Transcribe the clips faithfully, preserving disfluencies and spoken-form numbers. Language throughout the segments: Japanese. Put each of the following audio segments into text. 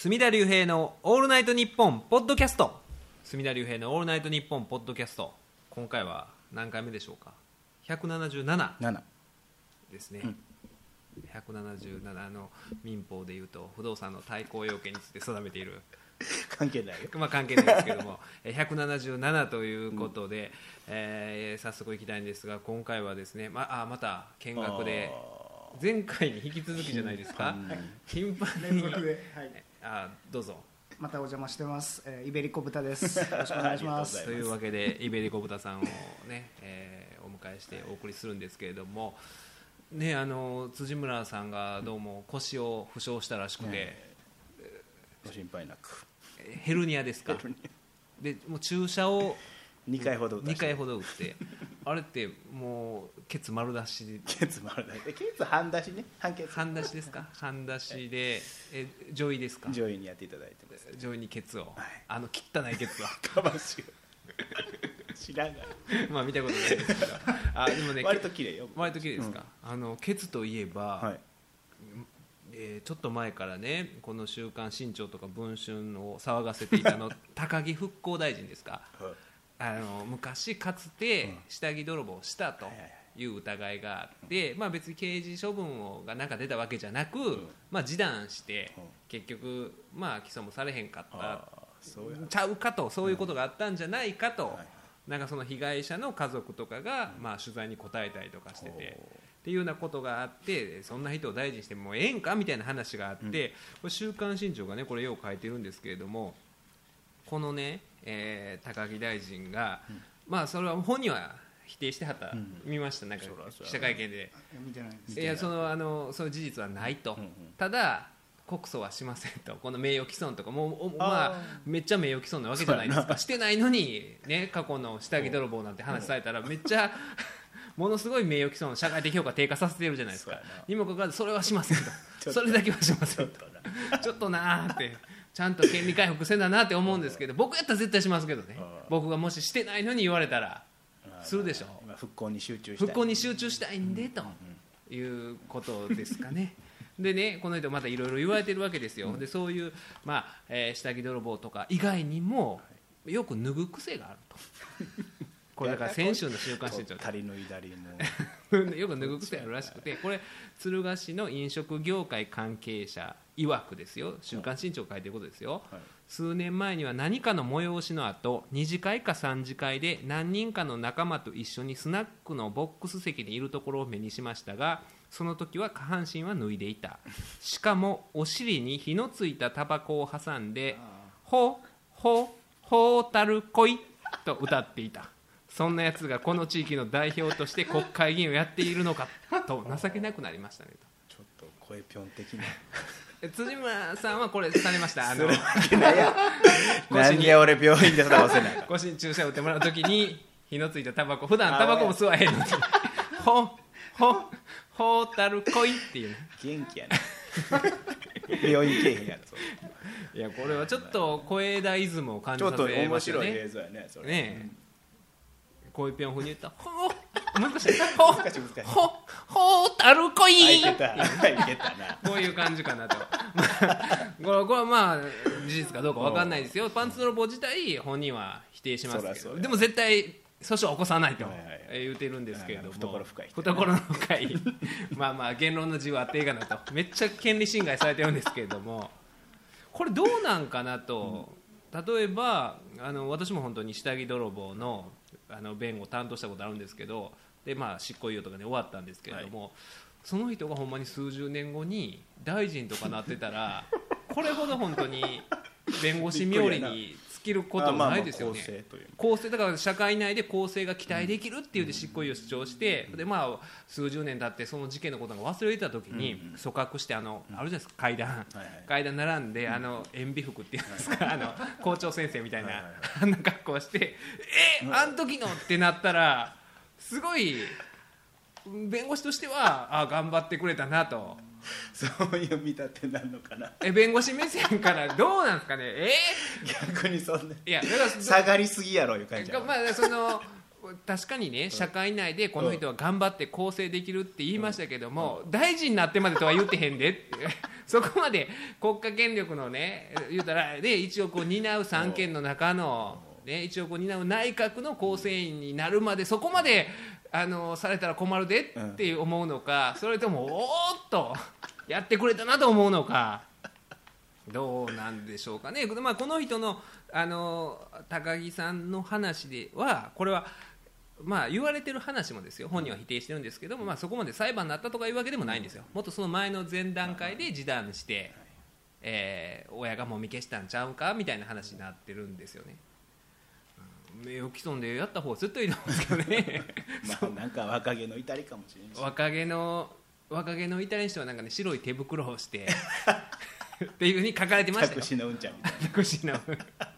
隅田隆平のオールナイトニッポンポッドキャスト。隅田隆平のオールナイトニッポンポッドキャスト、今回は何回目でしょうか。ひゃくななじゅうななですね、うん、ひゃくななじゅうななの民法でいうと不動産の対抗要件について定めている関係ないよ、 まあ、関係ないですけどもひゃくななじゅうななということで、うんえー、早速いきたいんですが、今回はですね ま, あまた見学で前回に引き続きじゃないですか。頻繁に連続で、はい、あどうぞ。 またお邪魔してます、えー、イベリコ豚です。よろしくお願いしますというわけでイベリコ豚さんをね、えー、お迎えしてお送りするんですけれどもね、あの辻村さんがどうも腰を負傷したらしくて、ね、 ご心配なく。 ヘルニアですか。でもう注射をにかいほど打ってにかいほど打ってあれってもうケツ丸出しでケツ丸出しでケツ半出しね、半ケツ半出しですか。半出しでえ上位ですか。 上位にやっていただいてます。 上位にケツを、はい、あの汚いケツをかまし知らないまあ見たことないですけどあでもね割と綺麗よ。 割と綺麗ですか、うん、あのケツといえば、はいえー、ちょっと前からねこの週刊新潮とか文春を騒がせていたの高木復興大臣ですか、はいあの昔かつて下着泥棒をしたという疑いがあって、まあ、別に刑事処分をがなんか出たわけじゃなく、まあ、示談して結局、まあ、起訴もされへんかったちゃうかと、そういうことがあったんじゃないかと、なんかその被害者の家族とかが、まあ、取材に答えたりとかしててっていうようなことがあって、そんな人を大事にしてもええんかみたいな話があって、これ週刊新潮がねこれよう書いてるんですけれども、このねえー、高木大臣が、うん、まあそれは本人は否定してはった、うん、見ましたなんか記者会見で見てないです。 いやそのあのそういう事実はないと、うんうん、ただ告訴はしませんと、この名誉毀損とかもうまあめっちゃ名誉毀損なわけじゃないですか。してないのにね過去の下着泥棒なんて話されたらめっちゃものすごい名誉毀損、社会的評価低下させてるじゃないですか。にもかかわらずそれはしませんとそれだけはしませんとちょっとなーってちゃんと権利回復せんだなって思うんですけど、僕やったら絶対しますけどね。僕がもししてないのに言われたらするでしょ。 復興に集中したい、 復興に集中したいんでということですかね。でね、この人またいろいろ言われてるわけですよ。でそういう、まあえー、下着泥棒とか以外にもよく脱ぐ癖があるとこれだから先週の週刊新潮足りのいだりもよく脱ぐ癖あるらしくて、これ敦賀市の飲食業界関係者曰くですよ、週刊新潮が書いてることですよ、はい、数年前には何かの催しの後に次会かさん次会で何人かの仲間と一緒にスナックのボックス席にいるところを目にしましたが、その時は下半身は脱いでいた。しかもお尻に火のついたタバコを挟んでほほほうたるこいと歌っていた。そんなやつがこの地域の代表として国会議員をやっているのかと情けなくなりましたねと。 ちょっと声ぴょん的な辻村さんはこれされました。あのなんで俺病院でそんなことせない腰に注射を打ってもらうときに火のついたタバコ、普段タバコも吸わへんのにほほほうたるこいっていう、ね、 元気やね病院けえへんやろそれ。いやこれはちょっと小枝イズムを感じさせますよね。 ちょっと面白い映像やねそれね。 うんこういうぴょん風に言ったほ難しいほ難しい難しいほほたるこいいけたいけたなこういう感じかなとこれこれはまあ事実かどうか分かんないですよ。パンツ泥棒自体本人は否定しますけど、でも絶対訴訟を起こさないと言うてるんですけれども、 懐深い懐の深いまあまあ言論の自由はあっていいかなと、めっちゃ権利侵害されてるんですけれども、これどうなんかなと、うん、例えばあの私も本当に下着泥棒のあの弁護を担当したことあるんですけど、で、まあ、執行猶予とかで終わったんですけれども、はい、その人がほんまに数十年後に大臣とかなってたらこれほど本当に弁護士冥利に尽きることもないですよね。公正だから社会内で公正が期待できるっていうで執行猶予を主張して、で、まあ、数十年経ってその事件のことが忘れてた時に組閣してあのあるじゃないですか階段、はいはい、階段並んであの塩ビ服っていうんですかあの校長先生みたいな、はいはいはい、あんな格好をしてえあん時のってなったらすごい弁護士としてはあ頑張ってくれたなと。 そういう見立てなのかな。 え弁護士目線からどうなんですかね。えー、逆にそんないやだから下がりすぎやろいう感じやろ。 まあその確かにね社会内でこの人は頑張って構成できるって言いましたけども、大臣になってまでとは言ってへんでってそこまで国家権力のね言うたらで一応こう担う三権の中の、ね、一応こう担う内閣の構成員になるまでそこまであのされたら困るでって思うのか、それともおーっとやってくれたなと思うのかどうなんでしょうかね。まあ、この人の、あの高木さんの話ではこれはまあ言われてる話もですよ、本人は否定してるんですけども、まあ、そこまで裁判になったとかいうわけでもないんですよ。もっとその前の前段階で示談して、えー、親がもみ消したんちゃうかみたいな話になってるんですよね。名誉毀損でやった方が絶対いいと思うんですけどねまあなんか若気の至りかもしれないし、 若気の若気の至りにしてはなんかね白い手袋をしてっていうふうに書かれてましたよ。 タクシーのうんちゃんみたいなタクシーの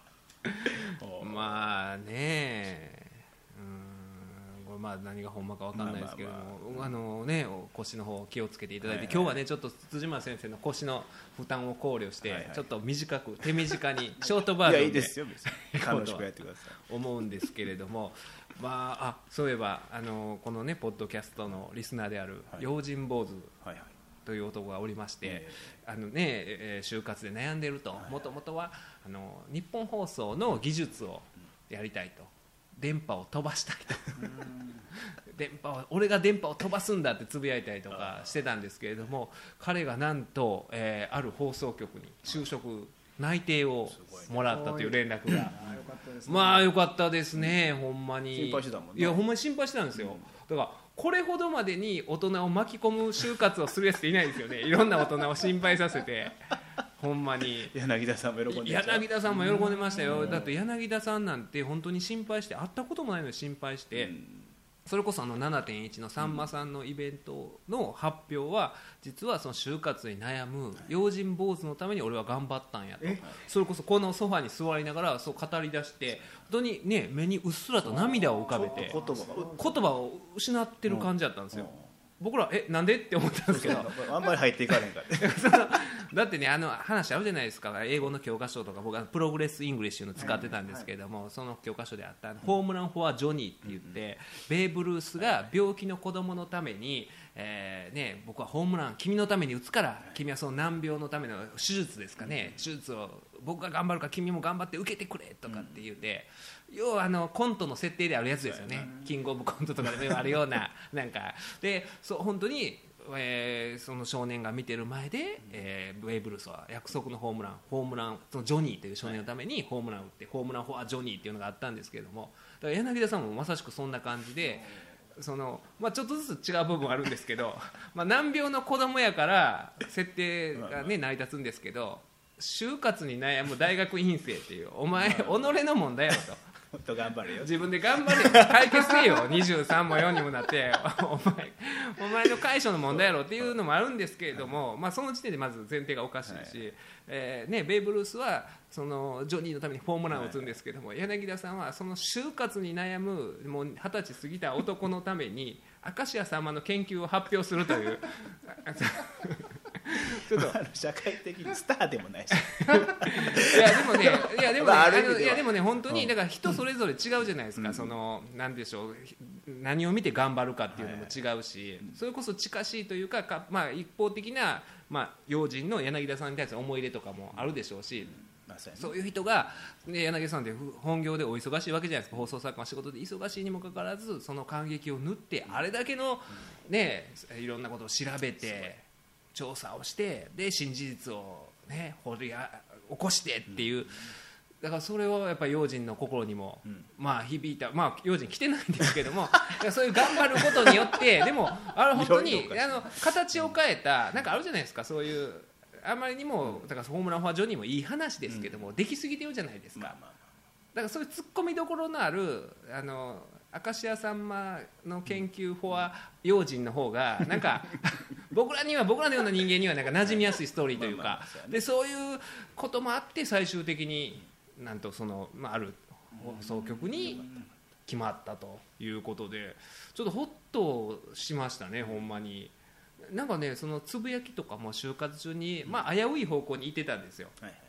まあねうーんこれまあ何がほんまか分かんないですけども、まあまあまあ、あのね腰の方気をつけていただいて、はいはい、今日はねちょっと辻村先生の腰の負担を考慮して、はいはい、ちょっと短く手短にショートバージョンでいやいいですよ別に楽しくやってください思うんですけれどもまあ、あそういえばあのこのねポッドキャストのリスナーである用心坊主、はいはいはいという男がおりまして、あのねえー、就活で悩んでいると、もともとはあの日本放送の技術をやりたいと、電波を飛ばしたいと電波を俺が電波を飛ばすんだってつぶやいたりとかしてたんですけれども、彼がなんと、えー、ある放送局に就職内定をもらったという連絡がまあ良かったですね、ほんまに心配してたもんね。 いやほんまに心配してたんですよ。だからこれほどまでに大人を巻き込む就活をするやつっていないですよね。いろんな大人を心配させてほんまに柳田さんも喜んでました。柳田さんも喜んでましたよ。だって柳田さんなんて本当に心配して、会ったこともないのに心配して、それこそあの ななてんいち のさんまさんのイベントの発表は実はその就活に悩む用心坊主のために俺は頑張ったんやと、それこそこのソファに座りながらそう語り出して、本当にね目にうっすらと涙を浮かべて言葉を失ってる感じだったんですよ。僕らえなんでって思ったんですけどあんまり入っていかないからだってねあの話あるじゃないですか。英語の教科書とか僕はプログレスイングリッシュの使ってたんですけれども、はいはい、その教科書であったホームランフォアジョニーって言って、うんうん、ベーブ・ルースが病気の子供のために、えーね、僕はホームラン君のために打つから君はその難病のための手術ですかね、手術を僕が頑張るから君も頑張って受けてくれとかって言って、うん、要はあのコントの設定であるやつですよね。キングオブコントとかでもあるようななんかでそう本当に、えー、その少年が見てる前で、えー、ベーブ・ルースは約束のホームランホームランそのジョニーという少年のためにホームランを打ってホームランフォアジョニーっていうのがあったんですけれども、だから柳田さんもまさしくそんな感じでその、まあ、ちょっとずつ違う部分あるんですけど、まあ、難病の子供やから設定が、ね、成り立つんですけど、就活に悩む大学院生っていうお前己の問題やろともっと頑張れよ自分で頑張れよ解決せよにじゅうさんもよんにもなってお前お前の解消の問題やろっていうのもあるんですけれども、まあ、その時点でまず前提がおかしいし、はいえーね、ベーブ・ルースはそのジョニーのためにホームランを打つんですけども、はい、柳田さんはその就活に悩むもうはたち過ぎた男のために明石家さんまの研究を発表するというちょっと社会的にスターでもないしいやでもねいやでもね、まあ、あのいやでもね本当にだから人それぞれ違うじゃないですか、うん、そのなんでしょう何を見て頑張るかっていうのも違うし、はい、それこそ近しいというか、かまあ、一方的な、まあ、要人の柳田さんに対する思い入れとかもあるでしょうし、うんまあ、そうやね、そういう人が、ね、柳田さんって本業でお忙しいわけじゃないですか。放送作家の仕事で忙しいにもかかわらずその感激を縫ってあれだけの、ね、いろんなことを調べて調査をしてで真事実を、ね、掘り起こしてっていう、だからそれはやっぱり要人の心にも、うん、まあ響いた、まあ要人来てないんですけどもそういう頑張ることによってでもあれ本当にあの形を変えたなんかあるじゃないですか。そういうあまりにもだからホームランフォアジョニーもいい話ですけども、うん、できすぎてるじゃないですか、まあまあ、だからそういうツッコミどころのあるあの明石家さんまの研究フォア要人の方がなんか僕らには僕らのような人間にはなんか馴染みやすいストーリーというかでそういうこともあって最終的になんとその、まあ、ある放送局に決まったということでちょっとホッとしましたねほんまに。なんかねそのつぶやきとかも就活中に、まあ、危うい方向に行ってたんですよ、はいはい、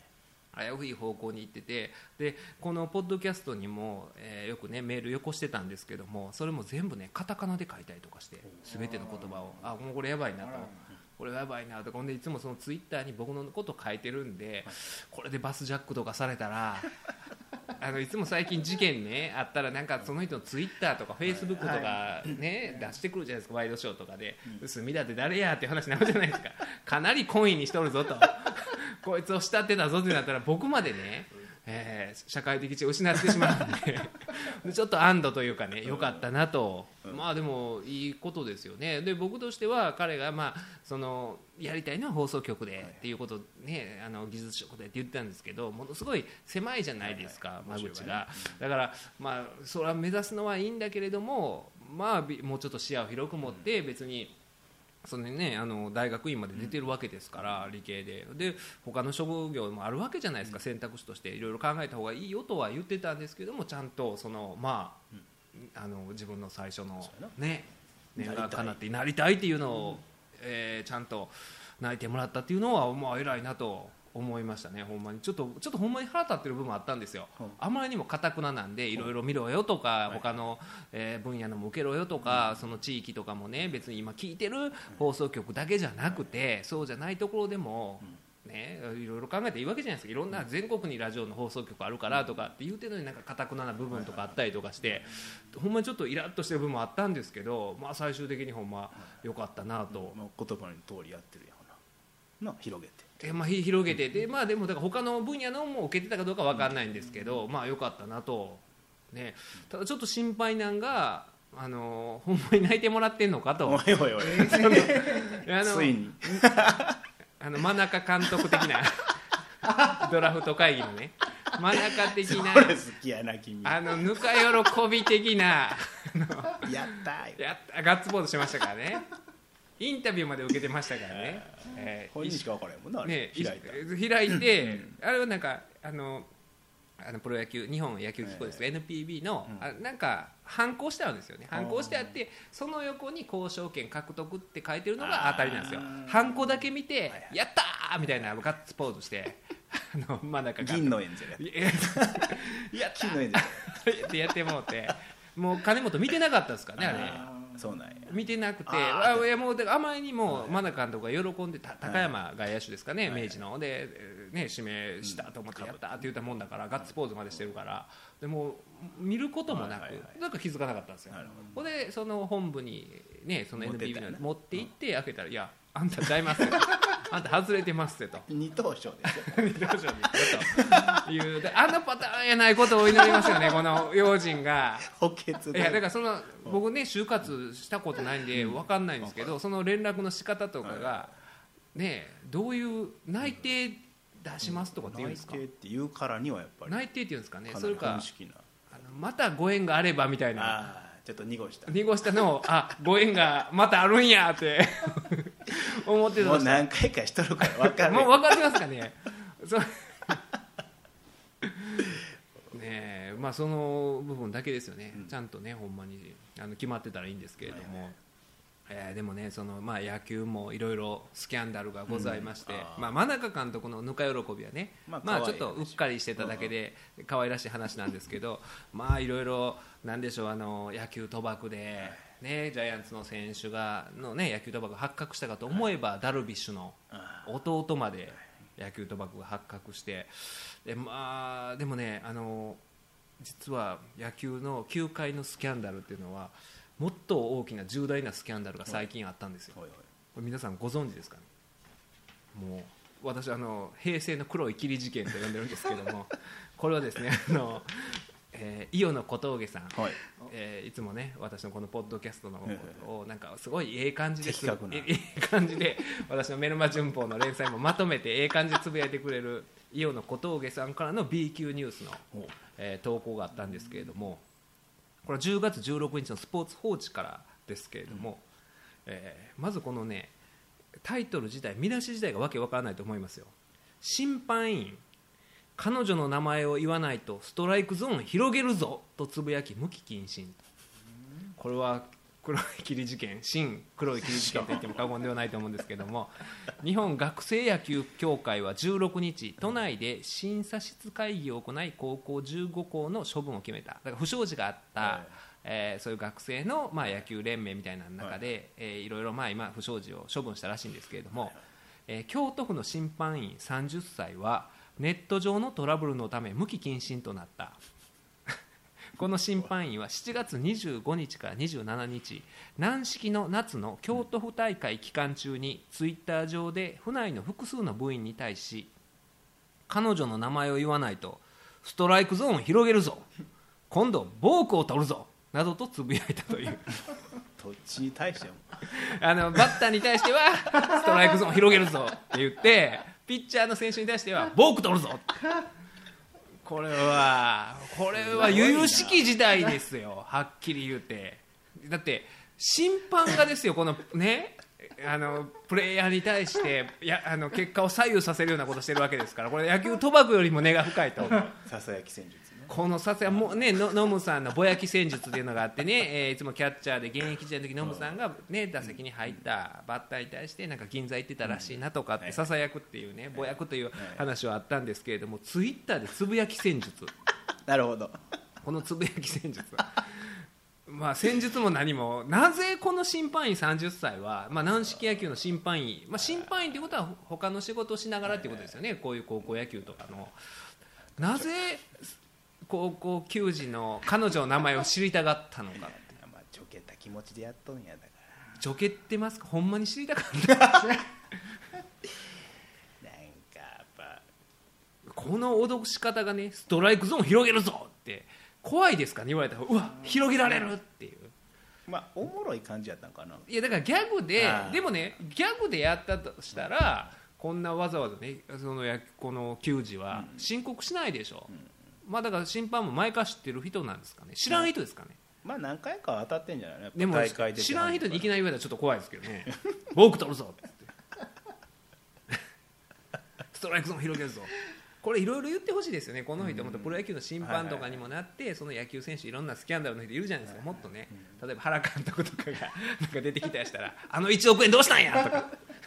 危うい方向に行ってて、でこのポッドキャストにも、えー、よくねメールよこしてたんですけども、それも全部ねカタカナで書いたりとかして、全ての言葉をあもうこれやばいなと、これやばいなとか、ほんでいつもそのツイッターに僕のこと書いてるんで、これでバスジャックとかされたらあのいつも最近事件ねあったらなんかその人のツイッターとかフェイスブックとかね出してくるじゃないですか、ワイドショーとかで隅田って誰やっていう話になるじゃないですか。かなり懇意にしとるぞとこいつを慕ってたぞってなったら僕までね、えー、社会的地位を失ってしまうんででちょっと安堵というかね良かったなと、まあでもいいことですよね。で僕としては彼がまあそのやりたいのは放送局でっていうことね、あの技術職でって言ってたんですけど、ものすごい狭いじゃないですか間口が。だからまあそれは目指すのはいいんだけれども、まあもうちょっと視野を広く持って別にそのね、あの大学院まで出てるわけですから、理系でで他の職業もあるわけじゃないですか、選択肢としていろいろ考えた方がいいよとは言ってたんですけども、ちゃんとそのまああの自分の最初のね念が叶ってなりたいっていうのを、えー、ちゃんと泣いてもらったっていうのはまあ偉いなと思いましたね。ほんまにちょっとちょっとほんまに腹立ってる部分あったんですよ、うん、あまりにも堅くななんでいろいろ見ろよとか、他の、えー、分野のも受けろよとか、その地域とかもね別に今聞いてる放送局だけじゃなくて、そうじゃないところでもね、いろいろ考えていいわけじゃないですか。いろんな全国にラジオの放送局あるからとかって言うてるのになんか堅くなな部分とかあったりとかして、ほんまにちょっとイラッとしてる部分もあったんですけど、まあ最終的にほんま良かったなと。 言葉の通りやってるやんな、広げてえまあ、広げてで、まあ、でもだから他の分野のも受けてたかどうか分かんないんですけど、まあ良かったなと、ね、ただちょっと心配なんがあのほんまに泣いてもらってんのかと。 おいおいおいあのついにあの真中監督的なドラフト会議のね真中的なそれ好きやな君、 あのぬか喜び的なやったーやったガッツポーズしましたからね。インタビューまで受けてましたからね、 えー、本人しか分からへんもんな、 ね、 開いた開いて、うん、あれはなんかあのあのプロ野球日本野球機構ですか、えー、エヌピービー の、うん、あなんか反抗してあるんですよね。反抗してあってその横に交渉権獲得って書いてるのが当たりなんですよ。反抗だけ見てやったーみたいなガッツポーズしてあの真ん中から銀のエンゼルややった金のエンゼルってやってもうて、もう金本見てなかったですからねあれ。 そうなんや見てなくて、あいやもうだからあまりにも真中監督が喜んでた、高山外野手ですかね、明治ので、ね、指名したと思ってやったって言ったもんだから、ガッツポーズまでしてるから、でも見ることもなく、なんか気づかなかったんですよ。ほんでその本部に、ね、その エヌピービー の持って行って開けたら、いやあんたちゃいますよあんた外れてますってと二等賞ですよ二等賞ですというで、あのパターンやないことを祈りますよねこの用心が。 補欠でいやだからその僕ね就活したことないんで分かんないんですけど、その連絡の仕方とかがねどういう内定出しますとかって言うんですか。 内定って言うからにはやっぱり内定って言うんですかね。それかあのまたご縁があればみたいな、 あちょっと濁した濁したのをあご縁がまたあるんやって思ってた。 もう何回かしとるから分かるもう分かってますかねそうねえ、まあその部分だけですよね、うん、ちゃんとねほんまにあの決まってたらいいんですけれども、はいはい、えー、でもねその、まあ、野球もいろいろスキャンダルがございまして、うん、あまあ、真中監督のぬか喜びはね、まあ、まあちょっとうっかりしてただけで可愛らしい話なんですけどまあいろいろなんでしょう、あの野球賭博で、ね、ジャイアンツの選手がの、ね、野球賭博が発覚したかと思えば、はい、ダルビッシュの弟まで野球賭博が発覚してで、まあ、でもねあの実は野球の球界のスキャンダルっていうのはもっと大きな重大なスキャンダルが最近あったんですよ。これ皆さんご存知ですかね。もう私あの平成の黒い霧事件と呼んでるんですけどもこれはですねあの、えー、伊予の小峠さん、はい、えー、いつもね私のこのポッドキャストのことをなんかすごいええ感じですええ感じで私のメルマ旬報の連載もまとめてええ感じでつぶやいてくれる伊予の小峠さんからの ビーキュー ニュースの、えー、投稿があったんですけれども、これはじゅうがつじゅうろくにちのスポーツ報知からですけれども、うん、えー、まずこのねタイトル自体見出し自体がわけわからないと思いますよ。審判員彼女の名前を言わないとストライクゾーン広げるぞとつぶやき無期謹慎。これは黒い霧事件、新黒い霧事件と言っても過言ではないと思うんですけども日本学生野球協会はじゅうろくにち都内で審査室会議を行い高校じゅうごこうの処分を決めた。だから不祥事があった、はいえー、そういう学生の、まあ、野球連盟みたいな中で、はいえー、いろいろまあ今不祥事を処分したらしいんですけれども、はいえー、京都府の審判員さんじゅっさいはネット上のトラブルのため無期謹慎となったこの審判員はしちがつにじゅうごにちからにじゅうしちにち軟式の夏の京都府大会期間中にツイッター上で府内の複数の部員に対し彼女の名前を言わないとストライクゾーンを広げるぞ今度ボークを取るぞなどとつぶやいたというどっちに対してもあのバッターに対してはストライクゾーンを広げるぞって言ってピッチャーの選手に対してはボーク取るぞこれはこれは由々しき時代ですよはっきり言うて。だって審判がですよこのねあのプレイヤーに対してやあの結果を左右させるようなことをしてるわけですから、これ野球賭博よりも根が深いとささやき戦術ね。 このささやもうねのノムさんのぼやき戦術っていうのがあってね、えー、いつもキャッチャーで現役時代の時ノムさんがね打席に入ったバッターに対してなんか銀座行ってたらしいなとかってささやくっていうねぼやくという話はあったんですけれども、ツイッターでつぶやき戦術なるほど。 このつぶやき戦術まあ戦術も何もなぜこの審判員さんじゅっさいは、まあ、軟式野球の審判員、まあ、審判員ということは他の仕事をしながらということですよね。こういう高校野球とかのなぜ高校球児の彼女の名前を知りたがったのかって、 まあ、ちょけた気持ちでやっとんやだから。 ちょけってますか、ほんまに知りたかったなんかやっぱこの脅し方がねストライクゾーン広げるぞって怖いですかね言われたらうわ広げられるっていう、 まあおもろい感じやったんかな。 いやだからギャグででもねギャグでやったとしたら、うん、こんなわざわざねそのやこの球児は申告しないでしょ、うん、まあだから審判も前から知ってる人なんですかね、知らん人ですかね、 まあ何回かは当たってんじゃないの。 でも知らん人にいきなり言われたらちょっと怖いですけどねボーク取るぞってストライクゾーン広げるぞ、これいろいろ言ってほしいですよね。この人もっとプロ野球の審判とかにもなって、その野球選手いろんなスキャンダルの人いるじゃないですか。もっとね例えば原監督とかがなんか出てきたりしたらあのいちおくえんどうしたんやとか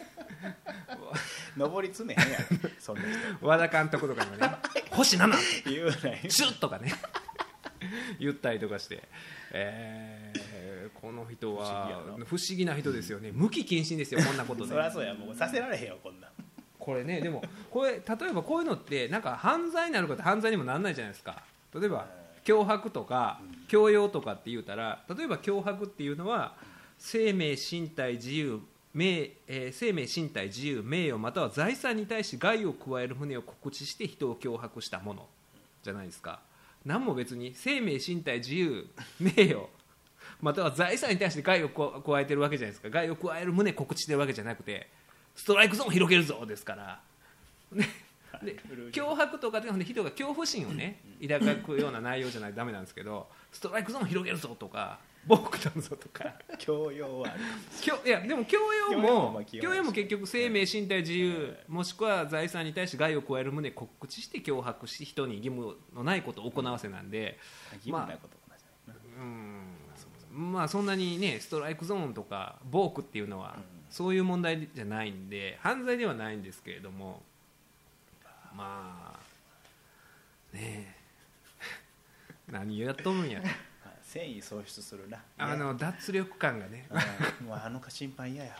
上り詰めへんやんそんな人。 和田監督とかにもね星なな言うないシュッとかね言ったりとかして、えー、この人は不思議な人ですよね。無期謹慎ですよこんなことでそりゃそうや、もうさせられへんよこんなん。 これねでもこれ例えばこういうのってなんか犯罪になるかって犯罪にもならないじゃないですか。例えば脅迫とか強要とかって言うたら、例えば脅迫っていうのは生命身体自由名、えー、生命身体自由名誉または財産に対し害を加える旨を告知して人を脅迫したものじゃないですか。何も別に生命身体自由名誉または財産に対して害を加えてるわけじゃないですか。害を加える旨告知してるわけじゃなくてストライクゾーンを広げるぞですから、ね、で脅迫とかで人が恐怖心をね抱くような内容じゃないとダメなんですけど、ストライクゾーンを広げるぞとかボーク取るぞとか強要はあるいやでも強要も強要も結局生命身体自由もしくは財産に対して害を加える旨告知して脅迫し人に義務のないことを行わせなんで、 義務ないこと同じだな。 うんまあそんなにねストライクゾーンとかボークっていうのはそういう問題じゃないんで犯罪ではないんですけれども、まあねえ何やっとるんやと繊維喪失するな。 あの脱力感がねもうあの審判嫌やわ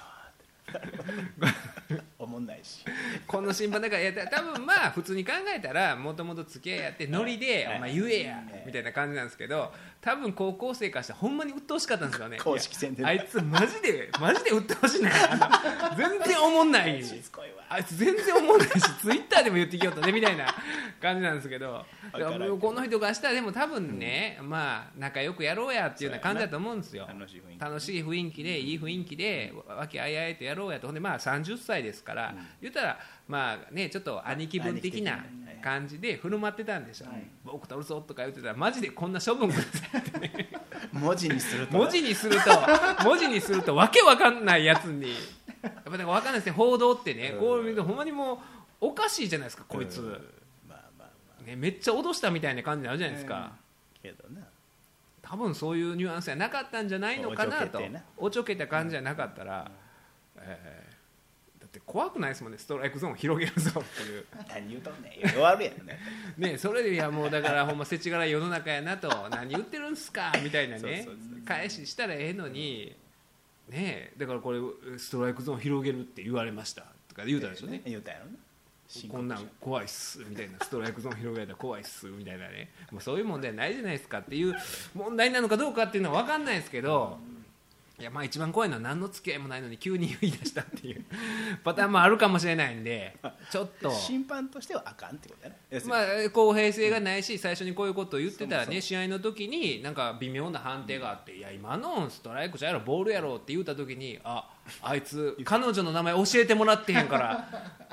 おもんないしこの審判だからいや多分まあ普通に考えたらもともと付き合いやってノリでお前言えやみたいな感じなんですけど、多分高校生からしたらほんまに鬱陶しかったんですよね。 公式戦であいつマジでマジで鬱陶しいねあの全然おもんないあいつ全然おもんないしツイッターでも言ってきよったねみたいな感じなんですけど、この人がしたらでも多分ね、うん、まあ仲良くやろうやっていうような感じだと思うんですよ。 楽しい雰囲気、 楽しい雰囲気でいい雰囲気で和気あいあいとやろうやと。ほんでまあさんじゅっさいですから、うん、言ったらまあねちょっと兄貴分的な感じで振る舞ってたんでしょう、はい、僕取るぞとか言ってたらマジでこんな処分くださいってね文字にすると文字にすると文字にするとわけわかんないやつにやっぱだからわかんないですね。報道ってね、うん、こう見るとほんまにもうおかしいじゃないですかこいつ、うんまあまあまあね、めっちゃ脅したみたいな感じになるじゃないですか、 えー、けどな多分そういうニュアンスはなかったんじゃないのかなと、おちょけた感じじゃなかったら、えー、だって怖くないですもんね、ストライクゾーンを広げるぞっていう何言うとんねん、弱るやんねね、それでいやもうだからほんま世知辛い世の中やなと何言ってるんすかみたいなね返ししたらええのにね、だからこれストライクゾーン広げるって言われましたとか言うたでしょね、 言うたやろね、 こんなん怖いっすみたいな、ストライクゾーン広げたら怖いっすみたいなね、もうそういう問題ないじゃないですかっていう問題なのかどうかっていうのは分かんないですけど、いやまあ一番怖いのは何の付き合いもないのに急に言い出したっていうパターンもあるかもしれないんで、ちょっと審判としてはあかんってことだね、 まあ公平性がないし、最初にこういうことを言ってたらね、試合の時になんか微妙な判定があって、いや今のストライクじゃやろボールやろって言った時に、ああいつ彼女の名前教えてもらってへんから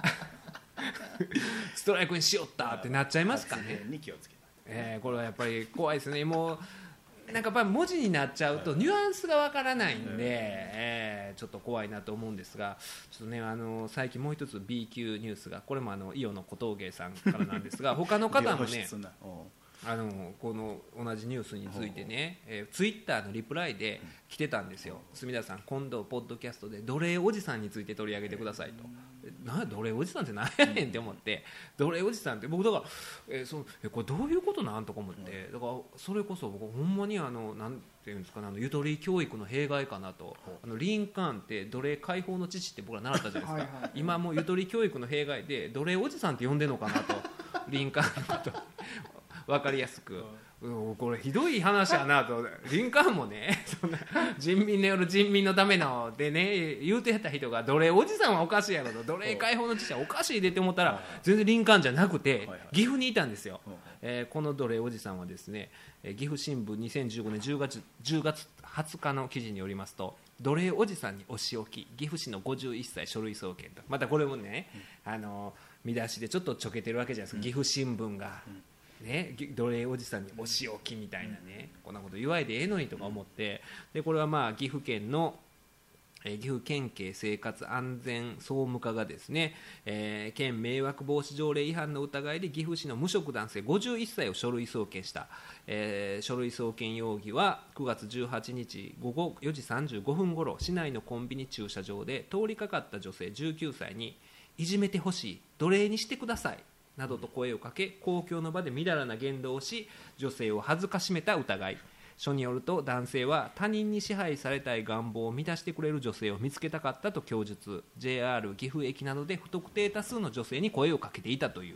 ストライクにしよったってなっちゃいますかね。えー、これはやっぱり怖いですね。もうなんかやっぱり文字になっちゃうとニュアンスがわからないんで、えー、ちょっと怖いなと思うんですが、ちょっとねあの最近もう一つ ビー 級ニュースが、これもあの伊予の小峠さんからなんですが他の方もねあのこの同じニュースについてね、えー、ツイッターのリプライで来てたんですよ。住田さん今度ポッドキャストで奴隷おじさんについて取り上げてくださいと。な奴隷おじさんって何やねんって思って、奴隷おじさんって僕だから、えー、そのえこれどういうことなんとか思って、だからそれこそ僕ほんまにあのなんていうんですかね、あのゆとり教育の弊害かなと。あのリンカーンって奴隷解放の父って僕ら習ったじゃないですかはい、はい、今もうゆとり教育の弊害で奴隷おじさんって呼んでるのかなとリンカーンのこと分かりやすく、うん、これひどい話やなと。リンカーンもねそんな人民の夜人民のためのでね言うてた人が奴隷おじさんはおかしいやろと、奴隷解放の父はおかしいでって思ったら全然リンカーンじゃなくて岐阜にいたんですよ。えー、この奴隷おじさんはですね、岐阜新聞にせんじゅうごねんじゅうがつはつかの記事によりますと、奴隷おじさんにお仕置き、岐阜市のごじゅういっさい書類送検と。またこれもね、あの見出しでちょっとちょけてるわけじゃないですか、うん、岐阜新聞が、うんね、奴隷おじさんにお仕置きみたいなね、こんなこと言われてええのにとか思って、でこれはまあ岐阜県の岐阜県警生活安全総務課がですね、えー、県迷惑防止条例違反の疑いで岐阜市の無職男性ごじゅういっさいを書類送検した、えー、書類送検容疑はくがつじゅうはちにちごごよじさんじゅうごふんごろ、市内のコンビニ駐車場で通りかかった女性じゅうきゅうさいにいじめてほしい、奴隷にしてくださいなどと声をかけ、公共の場でみだらな言動をし女性を恥ずかしめた疑い。書によると男性は他人に支配されたい願望を満たしてくれる女性を見つけたかったと供述。 ジェイアール 岐阜駅などで不特定多数の女性に声をかけていたという。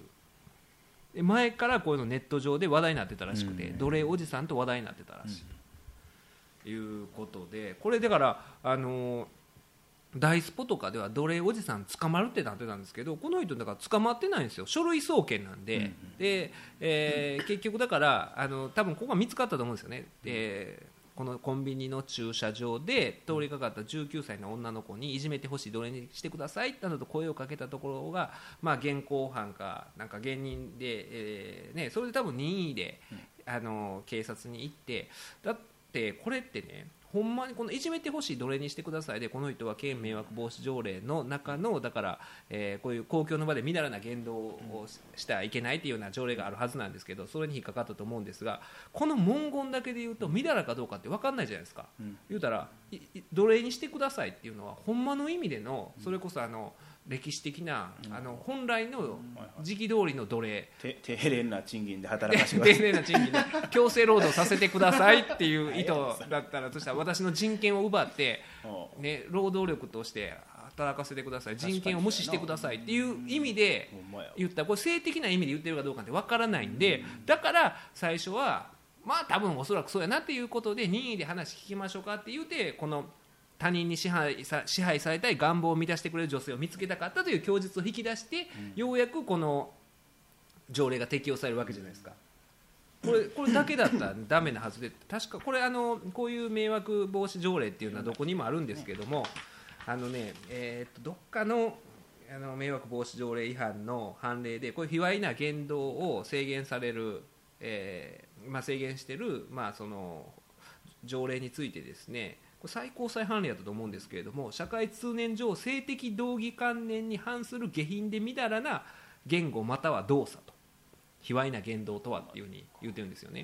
前からこういうのネット上で話題になってたらしくて、奴隷おじさんと話題になってたらしい、うん、いうことで、これだからあのー大スポとかでは奴隷おじさん捕まるってなってたんですけど、この人だから捕まってないんですよ、書類送検なんで、うんうん、で、えー、結局だからあの多分ここが見つかったと思うんですよね。でこのコンビニの駐車場で通りかかったじゅうきゅうさいの女の子にいじめてほしい、奴隷にしてくださいなどと声をかけたところが、まあ、現行犯かなんか現任で、えーね、それで多分任意で、うん、あの警察に行って、だってこれってねほんまにこのいじめてほしい奴隷にしてくださいで、この人は県迷惑防止条例の中のだから、えー、こういう公共の場でみだらな言動をしてはいけないというような条例があるはずなんですけど、それに引っかかったと思うんですが、この文言だけで言うとみだらかどうかって分かんないじゃないですか、うん、言うたら奴隷にしてくださいっていうのはほんまの意味での、それこそあの歴史的な、うん、あの本来の時期通りの奴隷、 低廉な賃金で働かせてください、 低廉な賃金で強制労働させてくださいっていう意図だったら、そしたら私の人権を奪って、ね、労働力として働かせてください、人権を無視してくださいっていう意味で言ったら、これ性的な意味で言ってるかどうかって分からないんで、だから最初はまあ多分おそらくそうやなっていうことで任意で話聞きましょうかって言うて、この他人に支配さ、支配されたい願望を満たしてくれる女性を見つけたかったという供述を引き出して、うん、ようやくこの条例が適用されるわけじゃないですか。これ、これだけだったらダメなはずで、確かこれあのこういう迷惑防止条例っていうのはどこにもあるんですけども、あのね、えー、とどっかのあの迷惑防止条例違反の判例でこういう卑猥な言動を制限される、えーまあ、制限してる、まあ、その条例についてですね、最高裁判例だったと思うんですけれども、社会通念上性的道義観念に反する下品でみだらな言語または動作と、卑猥な言動とはっていうふうに言うてるんですよね。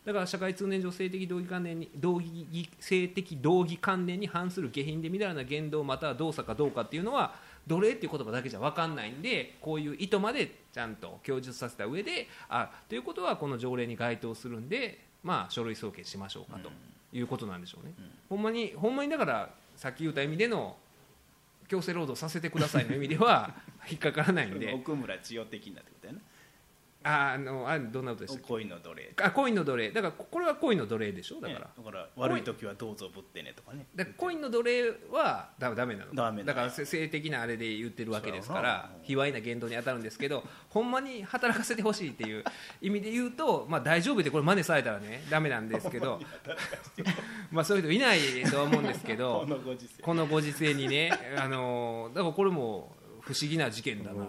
だから社会通念上性的道義関連に道義性的道義関連に反する下品でみだらな言動または動作かどうかっていうのは奴隷っていう言葉だけじゃ分かんないんで、こういう意図までちゃんと供述させた上で、あということはこの条例に該当するんで、まあ、書類送検しましょうかということなんでしょうね、うん、ほんまにほんまにだからさっき言った意味での強制労働させてくださいの意味では引っかからないんで奥村千代的なってことやな。 ああのあどんなことでしたっけ。 恋の奴隷。 あ恋の奴隷だからこれは恋の奴隷でしょ。だから、 ね、だから悪い時はどうぞぶってねとかね。 だから恋の奴隷はだダメなのダメなだから性的なあれで言ってるわけですから卑猥な言動に当たるんですけど、ほんまに働かせてほしいっていう意味で言うと、まあ、大丈夫でこれ真似されたらねダメなんですけどまあそういう人いないとは思うんですけどこのご時世このご時世にね、あのだからこれも不思議な事件だなと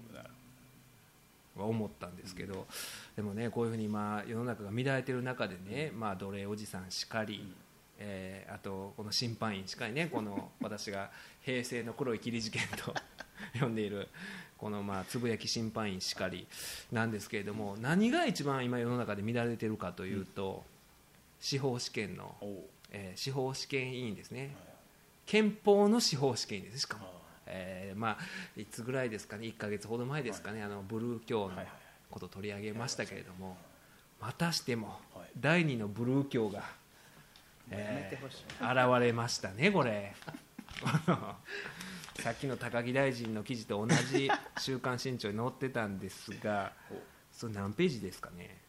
思ったんですけど、でもねこういうふうに今世の中が乱れてる中でね、まあ、奴隷おじさんしかり、えー、あとこの審判員しかりね、この私が平成の黒い霧事件と呼んでいるこのまあつぶやき審判員しかりなんですけれども、何が一番今世の中で乱れてるかというと、司法試験の、えー、司法試験委員ですね。憲法の司法試験です。しかもえーまあ、いつぐらいですかね、いっかげつほど前ですかね、あのブルー教のことを取り上げましたけれども、またしてもだいにのブルー教が、えー、現れましたね。これさっきの高木大臣の記事と同じ週刊新潮に載ってたんですが、それ何ページですかね。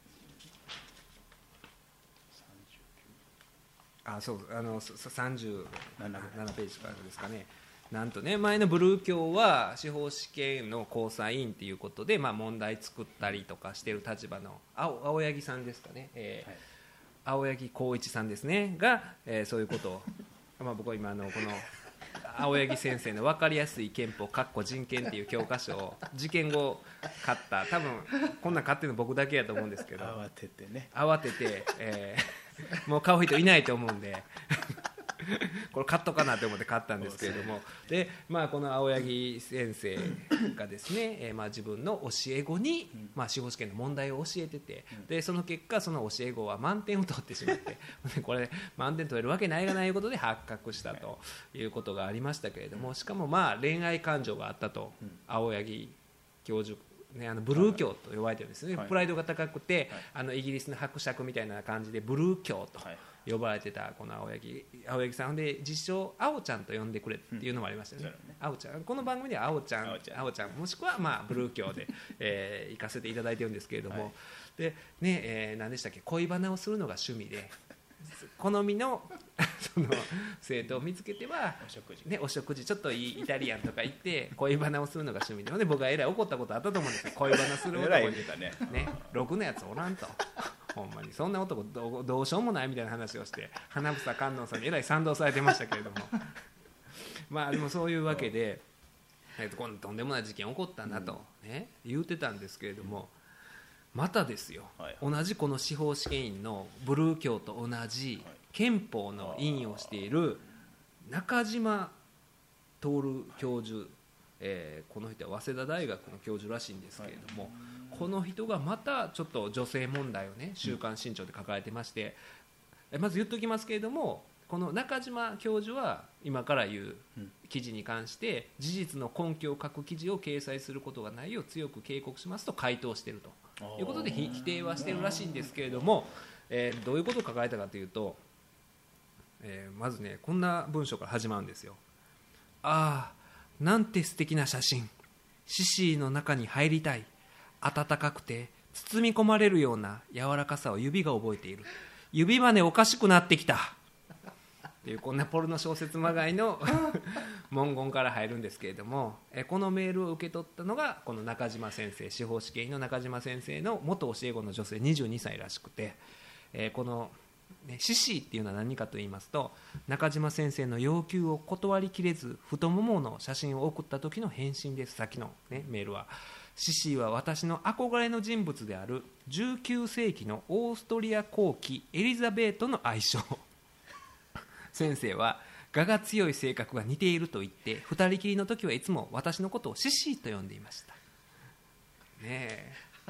あそうあのさんじゅうななページからですかね。なんとね、前のブルー教は司法試験の交際員ということで、まあ、問題作ったりとかしている立場の 青, 青柳さんですかね、えーはい、青柳光一さんですねが、えー、そういうことを、まあ、僕は今あのこの青柳先生の分かりやすい憲法かっこ人権っていう教科書を事件後買った、多分こんなん買ってるの僕だけやと思うんですけど、 慌ててね慌てて、えー、もう買う人いないと思うんでこれ買っとかなと思って買ったんですけれども、で、まあ、この青柳先生がですね、えーまあ、自分の教え子に、まあ、司法試験の問題を教えてて、でその結果その教え子は満点を取ってしまってこれ満点取れるわけないがないことで発覚したということがありましたけれども、しかもまあ恋愛感情があったと、青柳教授ね、あのブルー教と呼ばれてるんですね、はい、プライドが高くて、はい、あのイギリスの伯爵みたいな感じでブルー教と呼ばれてたこの青柳、青柳さんで実称青ちゃんと呼んでくれっていうのもありましたよね、うん、青ちゃん、この番組では青ちゃん、青ちゃん、青ちゃんもしくはまあブルー教で、えー、行かせていただいてるんですけれども、はい、でねえー、何でしたっけ、恋バナをするのが趣味で好みのその生徒を見つけてはお食事、ね、お食事ちょっといいイタリアンとか行って恋バナをするのが趣味で、で僕はえらい怒ったことあったと思うんですよ。恋バナする男にね、ね、ろくなやつおらんとほんまにそんな男 ど, どうしようもないみたいな話をして花房観音さんにえらい賛同されてましたけれどもまあでもそういうわけで、えー、ととんでもない事件起こったんだと、ね、言うてたんですけれども、またですよ、はい、同じこの司法試験員のブルー教と同じ憲法の委員をしている中島徹教授、えー、この人は早稲田大学の教授らしいんですけれども、はい、この人がまたちょっと女性問題をね週刊新潮で抱えてまして、うん、まず言っときますけれども、この中島教授は今から言う記事に関して事実の根拠を書く記事を掲載することがないよう強く警告しますと回答しているということで否定はしているらしいんですけれども、えー、どういうことを書かれたかというと、えー、まずねこんな文章から始まるんですよ。ああなんて素敵な写真、獅子の中に入りたい、暖かくて包み込まれるような柔らかさを指が覚えている、指までおかしくなってきたっていうこんなポルノ小説まがいの文言から入るんですけれども、えこのメールを受け取ったのがこの中島先生、司法試験員の中島先生の元教え子の女性にじゅうにさいらしくて、えこのね、獅子っていうのは何かと言いますと、中島先生の要求を断りきれず太ももの写真を送った時の返信です。さっきの、ね、メールは、獅子は私の憧れの人物であるじゅうきゅうせいきのオーストリア公妃エリザベートの愛称先生は我が強い性格が似ていると言って二人きりの時はいつも私のことを獅子と呼んでいましたね。え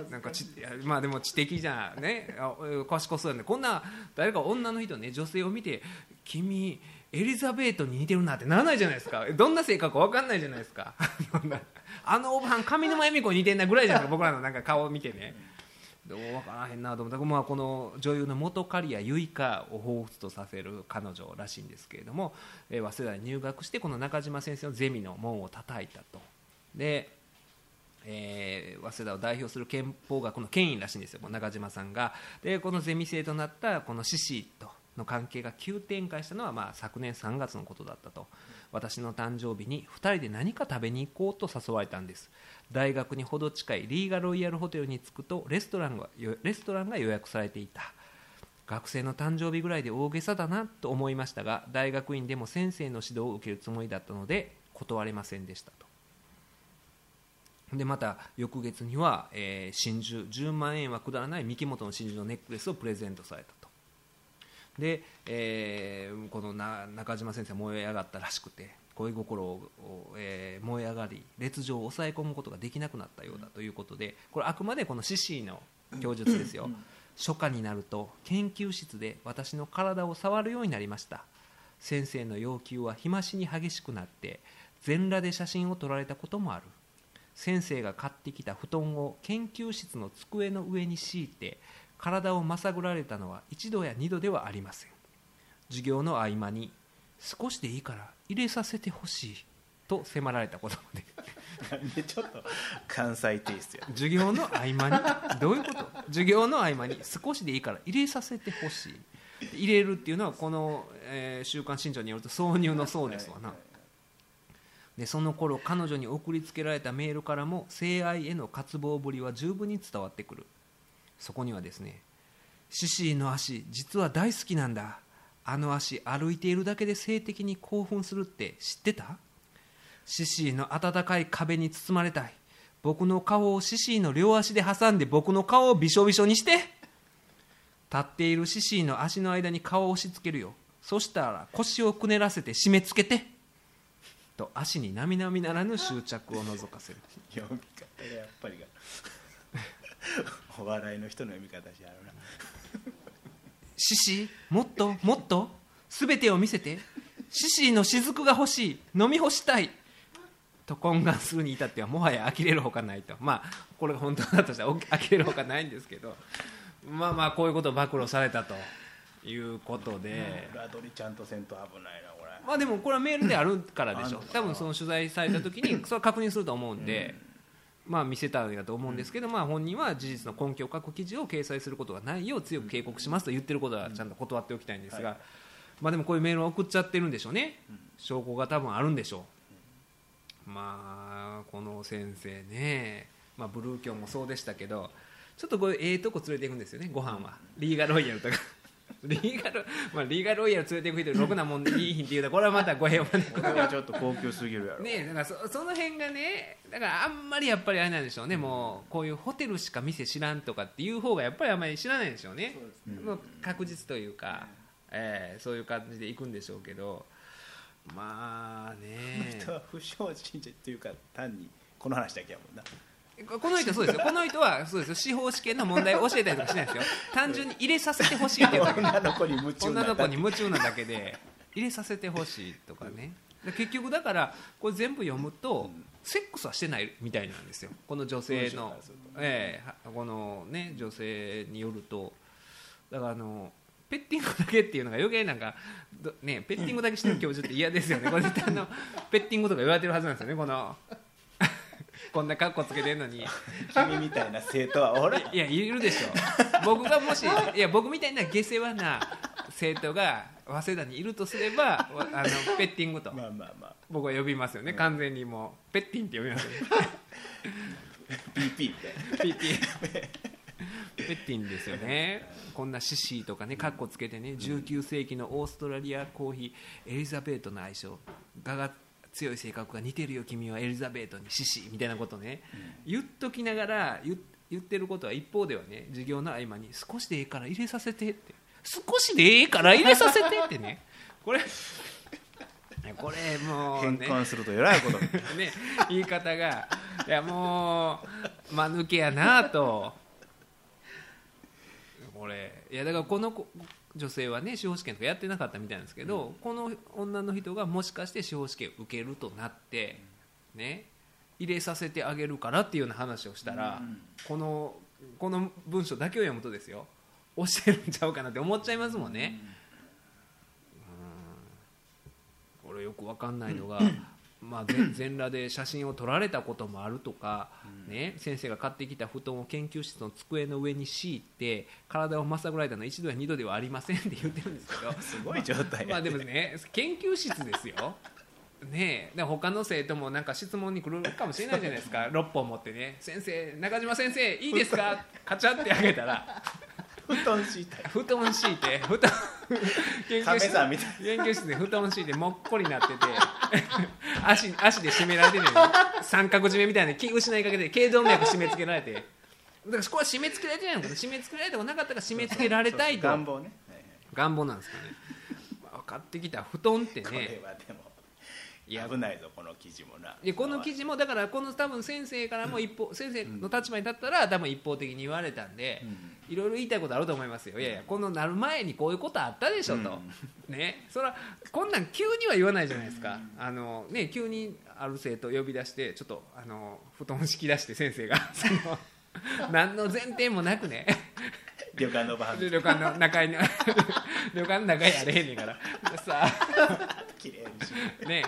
なんかちまあでも知的じゃね賢そうなんで、こんな誰か女の人ね女性を見て君エリザベートに似てるなってならないじゃないですか。どんな性格か分かんないじゃないですかあのおばはん上沼恵美子に似てんなぐらいじゃないですか僕らのなんか顔を見てね。どう分からへんなと思ったら、まあ、この女優の元刈谷結花を彷彿とさせる彼女らしいんですけれども、えー、早稲田に入学してこの中島先生のゼミの門を叩いたと。で、えー、早稲田を代表する憲法学の権威らしいんですよ中島さんが。でこのゼミ生となったこの獅子との関係が急展開したのは、まあ、昨年さんがつのことだったと。私の誕生日にふたりで何か食べに行こうと誘われたんです。大学にほど近いリーガロイヤルホテルに着くとレストランがレストランが予約されていた。学生の誕生日ぐらいで大げさだなと思いましたが、大学院でも先生の指導を受けるつもりだったので断れませんでしたと。でまた翌月には、えー、真珠じゅうまんえんはくだらない三木本の真珠のネックレスをプレゼントされたと。で、えー、このな中島先生は燃え上がったらしくて、恋心を、えー、燃え上がり烈情を抑え込むことができなくなったようだということで、これあくまでこの獅子の供述ですよ。初夏になると研究室で私の体を触るようになりました。先生の要求は日増しに激しくなって全裸で写真を撮られたこともある。先生が買ってきた布団を研究室の机の上に敷いて体をまさぐられたのは一度や二度ではありません。授業の合間に少しでいいから入れさせてほしいと迫られたことでなんでちょっと関西テイストや。 授業の合間にどういうこと？授業の合間に少しでいいから入れさせてほしい。入れるっていうのはこの、えー、週刊新潮によると挿入のそうですわな。でその頃彼女に送りつけられたメールからも性愛への渇望ぶりは十分に伝わってくる。そこにはですね、シシーの足実は大好きなんだ、あの足歩いているだけで性的に興奮するって知ってた？シシーの温かい壁に包まれたい、僕の顔をシシーの両足で挟んで僕の顔をびしょびしょにして、立っているシシーの足の間に顔を押し付けるよ、そしたら腰をくねらせて締め付けてと足に並々ならぬ執着を覗かせる。 読み方がやっぱりがお笑いの人の読み方しあるな。 シシーもっともっと全てを見せて、シシーの雫が欲しい、飲み干したいと懇願するに至ってはもはや呆れるほかないと。まあこれが本当だとしたら呆れるほかないんですけど、まあまあこういうことを暴露されたということで、 裏取りちゃんとせんと危ないなこれ。 まあでもこれはメールであるからでしょ多分その取材された時にそれは確認すると思うんで、まあ見せたんだと思うんですけど、まあ本人は事実の根拠を書く記事を掲載することがないよう強く警告しますと言ってることはちゃんと断っておきたいんですが、まあでもこういうメールを送っちゃってるんでしょうね。証拠が多分あるんでしょう。まあこの先生ね、まあブルーキョンもそうでしたけど、ちょっとこういうええとこ連れていくんですよね。ご飯はリーガロイヤルとかリーガロ、まあ、リーガロイヤル連れていく人ろくなもんでいいひんっていうとこれはまた語弊を招く。 これはちょっと高級すぎるやろね。だから そ, その辺がね、だからあんまりやっぱりあれなんでしょうね、うん、もうこういうホテルしか店知らんとかっていう方がやっぱりあんまり知らないんでしょうね。そうですね、もう確実というか、えー、そういう感じでいくんでしょうけど、まあね、 人は不祥事っていうか単にこの話だけやもんな。 この人そうですよ。この人はそうですよ。司法試験の問題を教えたりとかしないですよ。単純に入れさせてほしいっていうだけ女の子に夢中女の子に夢中なだけで入れさせてほしいとかね。で結局だからこれ全部読むと、うん、セックスはしてないみたいなんですよ。この女性の、えー、このね女性によると、だからあのペッティングだけっていうのが余計なんかね、ペッティングだけしてる教授って嫌ですよね。これ絶対あのペッティングとか言われてるはずなんですよね。このこんなカッコつけてるのに君みたいな生徒はおらん。 いやいるでしょ。僕がもしいや僕みたいな下世話な生徒が早稲田にいるとすれば、あのペッティングとまあまあまあ僕は呼びますよね。完全にもうペッティンって呼びますよね。 ピーピーみたいなピーピーペッティンですよね。こんなシシーとかねカッコつけてね、じゅうきゅうせいきのオーストラリアコーヒーエリザベートの愛称がが強い性格が似てるよ君はエリザベートにシシみたいなことね、うん、言っときながら 言, 言ってることは一方ではね、授業の合間に少しでいいから入れさせてって、少しでいいから入れさせてってね、これこれもう、 変ね、 換するとえらいことにね、言い方がいやもう間抜けやなと。これいやだからこの子女性はね司法試験とかやってなかったみたいなんですけど、うん、この女の人がもしかして司法試験を受けるとなって、ね、入れさせてあげるからっていうような話をしたら、うん、このこの文章だけを読むとですよ教えるんちゃうかなって思っちゃいますもんね、うん、これよく分かんないのがまあ、全裸で写真を撮られたこともあるとか、ね、先生が買ってきた布団を研究室の机の上に敷いて体をまさぐられたのは一度や二度ではありませんって言ってるんですけどすごい状態、 まあ、まあでもね研究室ですよ、ね、で他の生徒もなんか質問に来るかもしれないじゃないですかろっぽん持ってね先生中島先生いいですかカチャってあげたら布団敷いて布団敷いて布団研究室みたい研究室で布団敷いてもっこりなってて足, 足で締められてるのに三角締めみたいな気失いかけて頸動脈締め付けられてだからこれは締め付けられてないのかな締め付けられてもなかったから締め付けられたいと願望ね、はいはい、 願望なんですかね分かってきた布団ってねこれはでもいや危ないぞこの記事もな。 いやこの記事もだからこの多分先生からも一方、うん、先生の立場に立ったら多分一方的に言われたんで、うん、いろいろ言いたいことあると思いますよ。いやいやこのなる前にこういうことあったでしょと、うん、ねそらこんなん急には言わないじゃないですか、うん、あのね急にある生徒呼び出してちょっとあの布団敷き出して先生がその何の前提もなくね旅館のバー旅館の中に旅館の中にあれへんねんからさあ綺麗にしね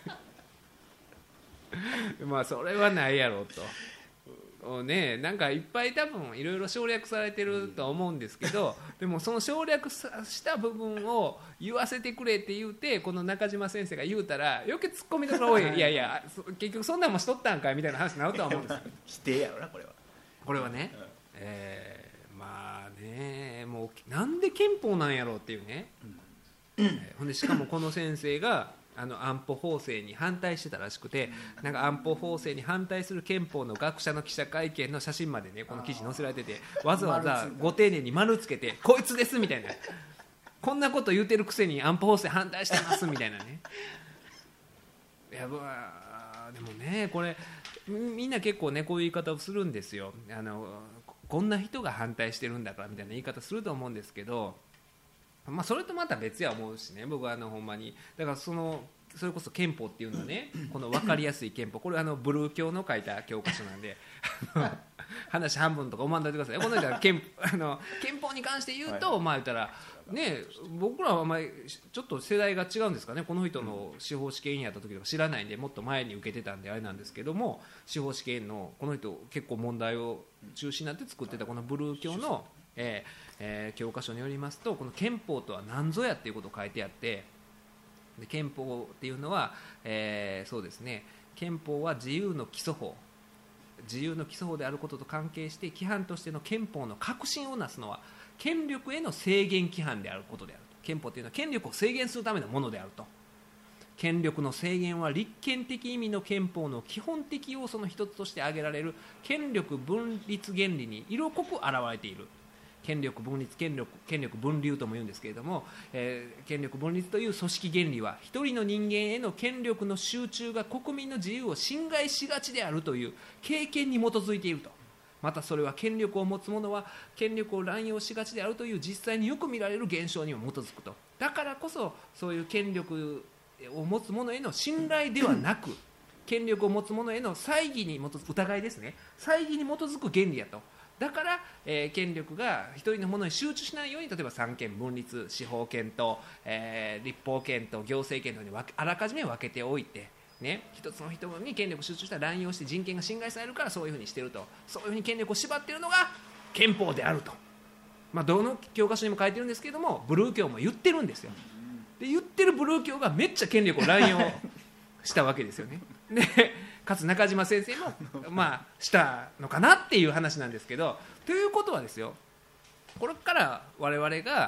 まあそれはないやろうとねなんかいっぱい多分いろいろ省略されてると思うんですけどでもその省略した部分を言わせてくれって言うてこの中島先生が言うたら余計ツッコミどころ多いいやいや結局そんなんもしとったんかいみたいな話になるとは思うんですよ否定やろなこれはこれはね、うんえー、まあねもうなんで憲法なんやろうっていうね、うんえー、ほんでしかもこの先生があの安保法制に反対してたらしくてなんか安保法制に反対する憲法の学者の記者会見の写真までねこの記事載せられててわざわざご丁寧に丸つけてこいつですみたいなこんなこと言うてるくせに安保法制反対してますみたいなねいや、まあ、でもねこれみんな結構ねこういう言い方をするんですよあのこんな人が反対してるんだからみたいな言い方すると思うんですけどまあ、それとまた別や思うしね僕はあのほんまにだからそのそれこそ憲法っていうのはねこの分かりやすい憲法これはあのブルー教の書いた教科書なんで話半分とか思わんといてくださいこの人は 憲, あの憲法に関して言うと、はい、まあ言ったらね僕らはあんまりちょっと世代が違うんですかねこの人の司法試験員やった時とか知らないんでもっと前に受けてたんであれなんですけども司法試験のこの人結構問題を中心になって作ってたこのブルー教のえーえー、教科書によりますとこの憲法とは何ぞやっていうことを書いてあってで憲法っていうのは、えー、そうですね憲法は自由の基礎法自由の基礎法であることと関係して規範としての憲法の核心をなすのは権力への制限規範であることであると憲法というのは権力を制限するためのものであると権力の制限は立憲的意味の憲法の基本的要素の一つとして挙げられる権力分立原理に色濃く現れている権力分立権力、権力分流とも言うんですけれども、えー、権力分立という組織原理は一人の人間への権力の集中が国民の自由を侵害しがちであるという経験に基づいているとまたそれは権力を持つ者は権力を乱用しがちであるという実際によく見られる現象にも基づくとだからこそそういう権力を持つ者への信頼ではなく権力を持つ者への猜疑に基づく疑いですね猜疑に基づく原理やとだから、えー、権力が一人のものに集中しないように例えば三権分立司法権と、えー、立法権と行政権とにあらかじめ分けておいて、ね、一つの人に権力を集中したら乱用して人権が侵害されるからそういうふうにしているとそういうふうに権力を縛っているのが憲法であると、まあ、どの教科書にも書いてるんですけれどもブルー教も言ってるんですよで言ってるブルー教がめっちゃ権力を乱用したわけですよねでかつ中島先生も、まあ、したのかなっていう話なんですけどということはですよこれから我々が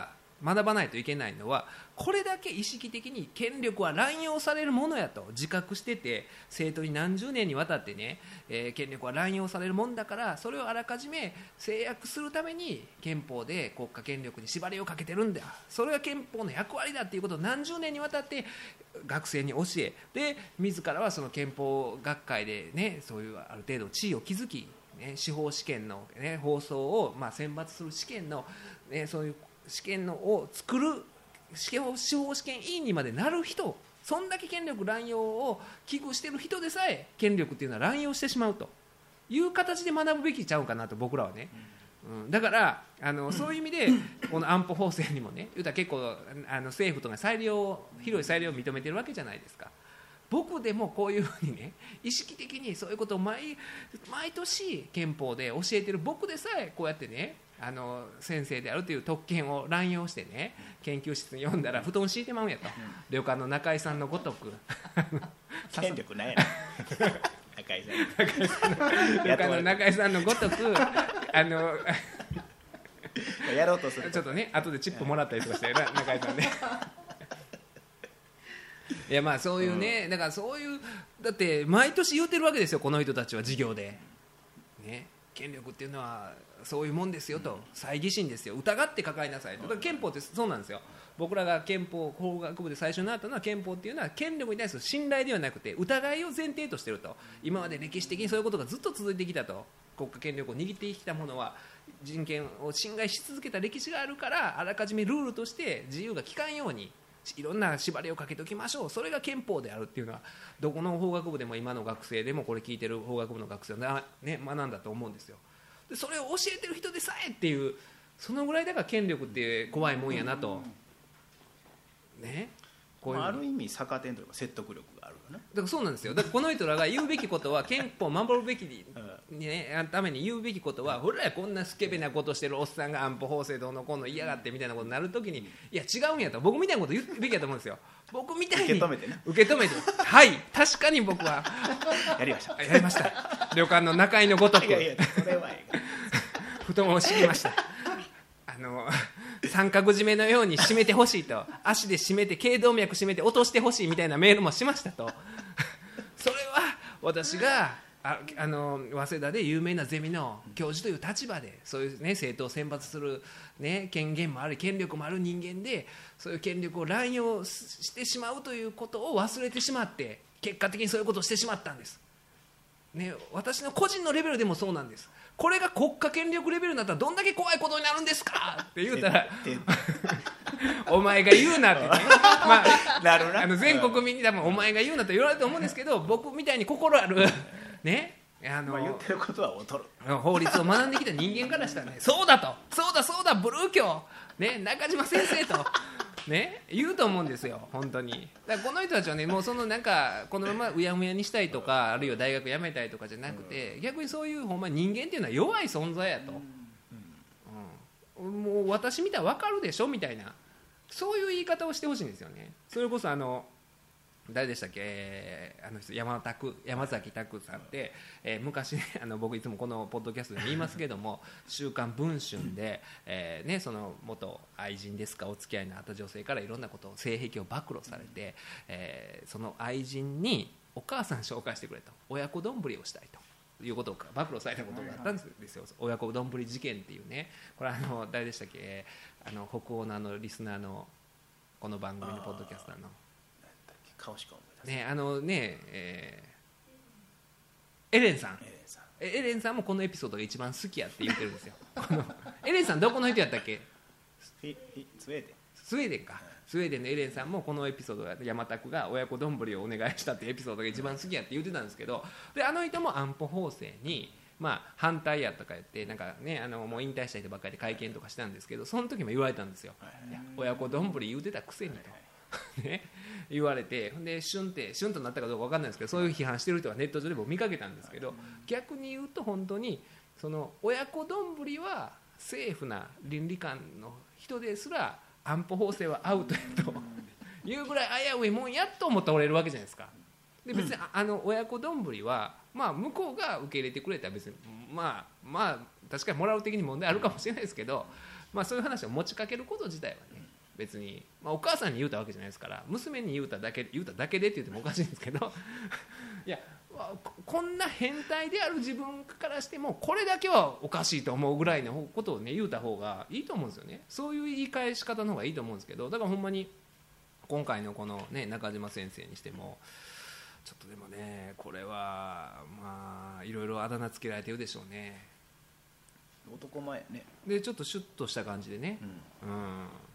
学ばないといけないのは、これだけ意識的に権力は乱用されるものやと自覚してて、生徒に何十年にわたってね、えー、権力は乱用されるもんだから、それをあらかじめ制約するために憲法で国家権力に縛りをかけてるんだ、それが憲法の役割だっていうことを何十年にわたって学生に教え、で自らはその憲法学会でね、そういうある程度地位を築き、ね、司法試験の、ね、放送を、まあ、選抜する試験の、ね、そういう試験のを作る司法試験委員にまでなる人、そんだけ権力乱用を危惧している人でさえ権力っていうのは乱用してしまうという形で学ぶべきちゃうかなと、僕らはね、うん、だからあのそういう意味でこの安保法制にもね、言うたら結構あの政府とか裁量、広い裁量を認めてるわけじゃないですか。僕でもこういうふうにね、意識的にそういうことを 毎, 毎年憲法で教えてる僕でさえ、こうやってね、あの先生であるという特権を乱用してね、研究室に読んだら布団敷いてまうんやと、うん、旅館の中井さんのごとく権力ないやな中井さん旅館の中井さんのごとくあのやろうとするちょっとね、後でチップもらったりとかしてる中井さんねいやまあそういうね、うん、だからそういう、だって毎年言うてるわけですよ、この人たちは授業でね、権力っていうのはそういうもんですよと、猜疑心ですよ、疑って抱えなさいと。だから憲法ってそうなんですよ。僕らが憲法法学部で最初になったのは、憲法っていうのは権力に対する信頼ではなくて疑いを前提としていると。今まで歴史的にそういうことがずっと続いてきたと、国家権力を握ってきたものは人権を侵害し続けた歴史があるから、あらかじめルールとして自由が利かんようにいろんな縛りをかけておきましょう、それが憲法であるっていうのは、どこの法学部でも今の学生でもこれ聞いてる法学部の学生は、ね、学んだと思うんですよ。でそれを教えてる人でさえっていう、そのぐらいだから権力って怖いもんやなと、ね、こういう、 まあ、ある意味逆転というか説得力があるよね。 だからそうなんですよ。だからこの人らが言うべきことは、憲法を守るべきに、ね、ために言うべきことは、ほらこんなスケベなことしてるおっさんが安保法制どうのこうの嫌がってみたいなことになるときに、いや違うんやと、僕みたいなこと言うべきだと思うんですよ。僕みたいに受け止めてね、 受け止めてはい、確かに僕はやりましたやりました旅館の中井のごとく、 いやいやそれは布団を敷きました。あの三角締めのように締めてほしいと、足で締めて頸動脈締めて落としてほしいみたいなメールもしましたとそれは私がああの早稲田で有名なゼミの教授という立場で、そういう、ね、生徒を選抜する、ね、権限もある権力もある人間で、そういう権力を乱用してしまうということを忘れてしまって、結果的にそういうことをしてしまったんです、ね、私の個人のレベルでもそうなんです。これが国家権力レベルになったらどんだけ怖いことになるんですかって言うたらお前が言うなってね、まあ、 なるな、 あの全国民に多分お前が言うなと言われると思うんですけど、僕みたいに心あるね、あのまあ、言ってることは劣る、 法律を学んできた人間からしたらね、そうだと、そうだそうだブルー教、ね、中島先生とね、言うと思うんですよ本当に。だからこの人たちはね、もうそのなんかこのままうやむやにしたいとか、あるいは大学辞めたいとかじゃなくて、逆にそういうほんま人間っていうのは弱い存在やと、うんうん、もう私見たら分かるでしょみたいな、そういう言い方をしてほしいんですよね。それこそあの誰でしたっけ、えー、あの人 山, 拓山崎拓さんって、えー、昔、ね、あの僕いつもこのポッドキャストで言いますけども週刊文春で、えーね、その元愛人ですかお付き合いのあった女性からいろんなことを性癖を暴露されて、えー、その愛人にお母さん紹介してくれと、親子丼をしたいということを暴露されたことがあったんですよ。親子丼事件っていうね、これあの誰でしたっけ、あの北欧のあのリスナーのこの番組のポッドキャスターの顔しか思い出せないね、あのね、えー、エレンさんエレンさんエレンさんもこのエピソードが一番好きやって言ってるんですよこのエレンさんどこの人やったっけ、 スウェーデンスウェーデンか、スウェーデンのエレンさんもこのエピソードが山田が親子丼をお願いしたっていうエピソードが一番好きやって言ってたんですけど、であの人も安保法制にまあ、反対やとか言ってなんか、ね、あのもう引退した人ばっかりで会見とかしたんですけど、その時も言われたんですよ、いや親子丼言うてたくせにとね、言われて、でシュンってシュンとなったかどうか分かんないですけど、そういう批判してる人がネット上でも見かけたんですけど、逆に言うと本当にその親子丼はセーフな倫理観の人ですら安保法制はアウトやというぐらい危ういもんやと思っておれるわけじゃないですか。で別にあの親子丼は、まあ、向こうが受け入れてくれたら別にまあまあ確かにモラル的に問題あるかもしれないですけど、まあ、そういう話を持ちかけること自体はね別に、まあ、お母さんに言うたわけじゃないですから、娘に言うただけ言うただけでって言ってもおかしいんですけどいやこんな変態である自分からしてもこれだけはおかしいと思うぐらいのことをね言うた方がいいと思うんですよね。そういう言い返し方の方がいいと思うんですけど、だからほんまに今回のこのね中島先生にしてもちょっとでもねこれはまあいろいろあだ名つけられてるでしょうね。 男前やね。 でちょっとシュッとした感じでね、うん、うん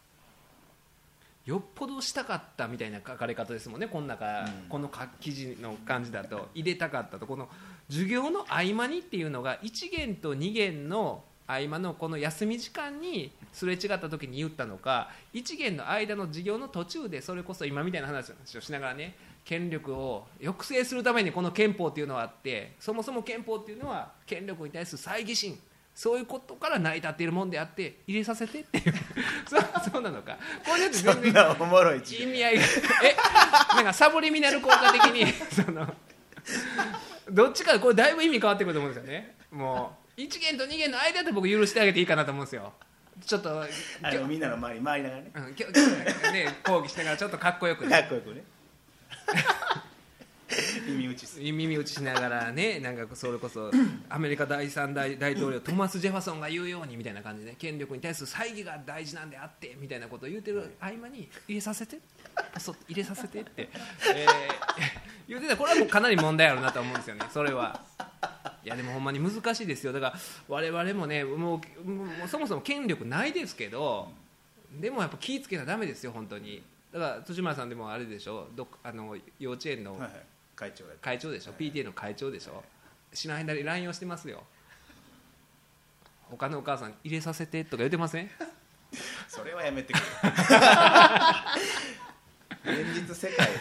よっぽどしたかったみたいな書かれ方ですもんね。この中、うん、この記事の感じだと入れたかったと、この授業の合間にっていうのがいち限とに限の合間のこの休み時間にすれ違った時に言ったのか、いち限の間の授業の途中でそれこそ今みたいな話をしながらね、権力を抑制するためにこの憲法っていうのはあって、そもそも憲法っていうのは権力に対する猜疑心、そういうことから成り立っているもんであって入れさせてっていうそうそうなのか、これだって全然おもろい意味合いがえなんかサブリミナル効果的にそのどっちかこれだいぶ意味変わってくると思うんですよね。もういち限とに限の間で僕許してあげていいかなと思うんですよ。ちょっとあのみんなの周り回りながらね、 うん、きょね講義しながらちょっとかっこよくねかっこよくね耳打ちす耳打ちしながらね、なんかそれこそアメリカ第三大大統領トマス・ジェファソンが言うようにみたいな感じで、権力に対する猜疑が大事なんであってみたいなことを言ってる合間に入れさせてそ入れさせてって、えー、言ってた。これはもうかなり問題あるなと思うんですよね。それはいやでもほんまに難しいですよ。だから我々もねもう、もうそもそも権力ないですけど、でもやっぱ気ぃつけなダメですよ本当に。だから辻村さんでもあれでしょ、どあの幼稚園の、 はいはい、会長会長でしょ、はい、ピーティー の会長でしょ、知らない間に ライン をしてますよ。他のお母さん入れさせてとか言ってませんそれはやめてくれ現実世界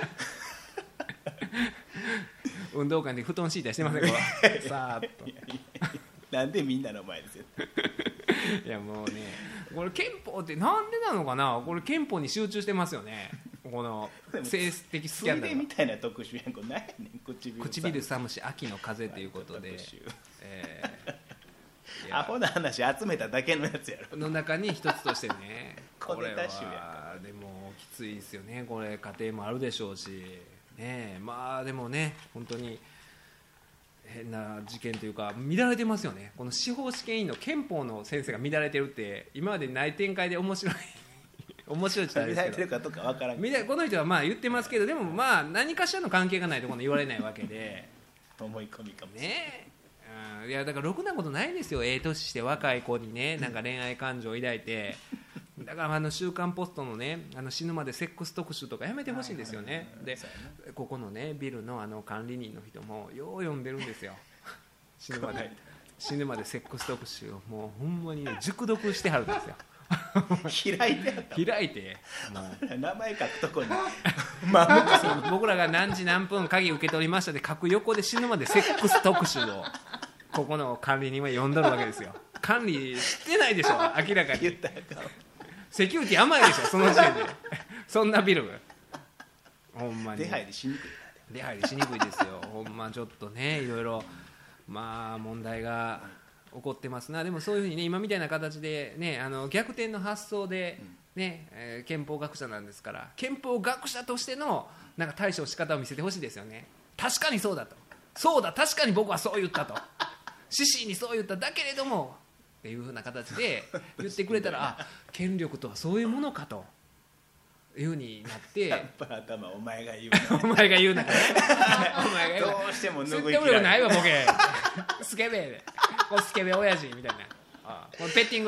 運動会で布団敷いたりしてませんかさーっとなんでみんなの前ですよいやもうねこれ憲法ってなんでなのかな。これ憲法に集中してますよね。この政治的スキャンダルみたいな特集やんこないねん。唇唇寒し秋の風ということで、えー、アホな話集めただけのやつやろの中に一つとしてねこれはでもきついですよね。これ家庭もあるでしょうしね。まあでもね本当に変な事件というか乱れてますよね。この司法試験委員の憲法の先生が乱れてるって今までない展開で面白い面白いって言ったらあれですけど、 乱れてるかどうかわからん。 この人はまあ言ってますけど、でもまあ何かしらの関係がないところに言われないわけで思い込みかもしれないね。うん、いやだからろくなことないですよ。ええ年して若い子にねなんか恋愛感情を抱いてだからあの週刊ポストのねあの死ぬまでセックス特集とかやめてほしいんですよね。でここのねビルのあの管理人の人もよう読んでるんですよ死ぬまで死ぬまでセックス特集をもうほんまに、ね、熟読してはるんですよ開いて開いてもう名前書くとこに僕らが何時何分鍵受け取りましたで書く横で死ぬまでセックス特集をここの管理人は読んどるわけですよ。管理してないでしょ明らかに。 言ったらセキュリティ甘いでしょその時点でそんなビルほんまに出入りしにくい出入りしにくいですよほんまちょっとねいろいろまあ問題が起こってますな。でもそういうふうにね今みたいな形でねあの逆転の発想でね、うんえー、憲法学者なんですから憲法学者としてのなんか対処仕方を見せてほしいですよね。確かにそうだとそうだ確かに僕はそう言ったと獅子にそう言っただけれどもっていう風な形で言ってくれたらあ権力とはそういうものかという風になってやっぱ頭お前が言うお前が言うなお前が言うなどうしても拭いきられないわボケスケベでこうスケベ親父みたいなあこのペッティング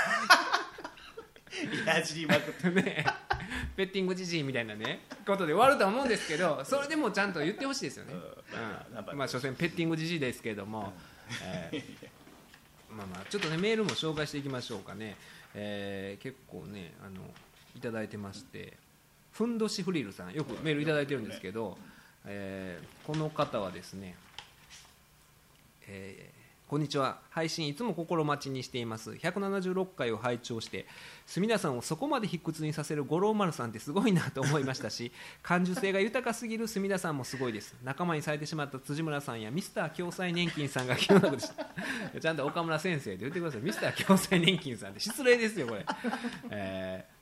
いやじりまくってねペッティングじじいみたいなねことで終わると思うんですけどそれでもちゃんと言ってほしいですよね。うん、まあ所詮ペッティングじじいですけれども、えーまあまあちょっとねメールも紹介していきましょうかね。えー、結構ねあのいただいてましてふんどしフリルさんよくメールいただいてるんですけど、えー、この方はですね、えーこんにちは。配信いつも心待ちにしています。ひゃくななじゅうろっかいを拝聴して隅田さんをそこまで卑屈にさせる五郎丸さんってすごいなと思いましたし感受性が豊かすぎる隅田さんもすごいです。仲間にされてしまった辻村さんやミスター共済年金さんが気の毒でしたちゃんと岡村先生で言ってください。ミスター共済年金さんって失礼ですよこれ、えー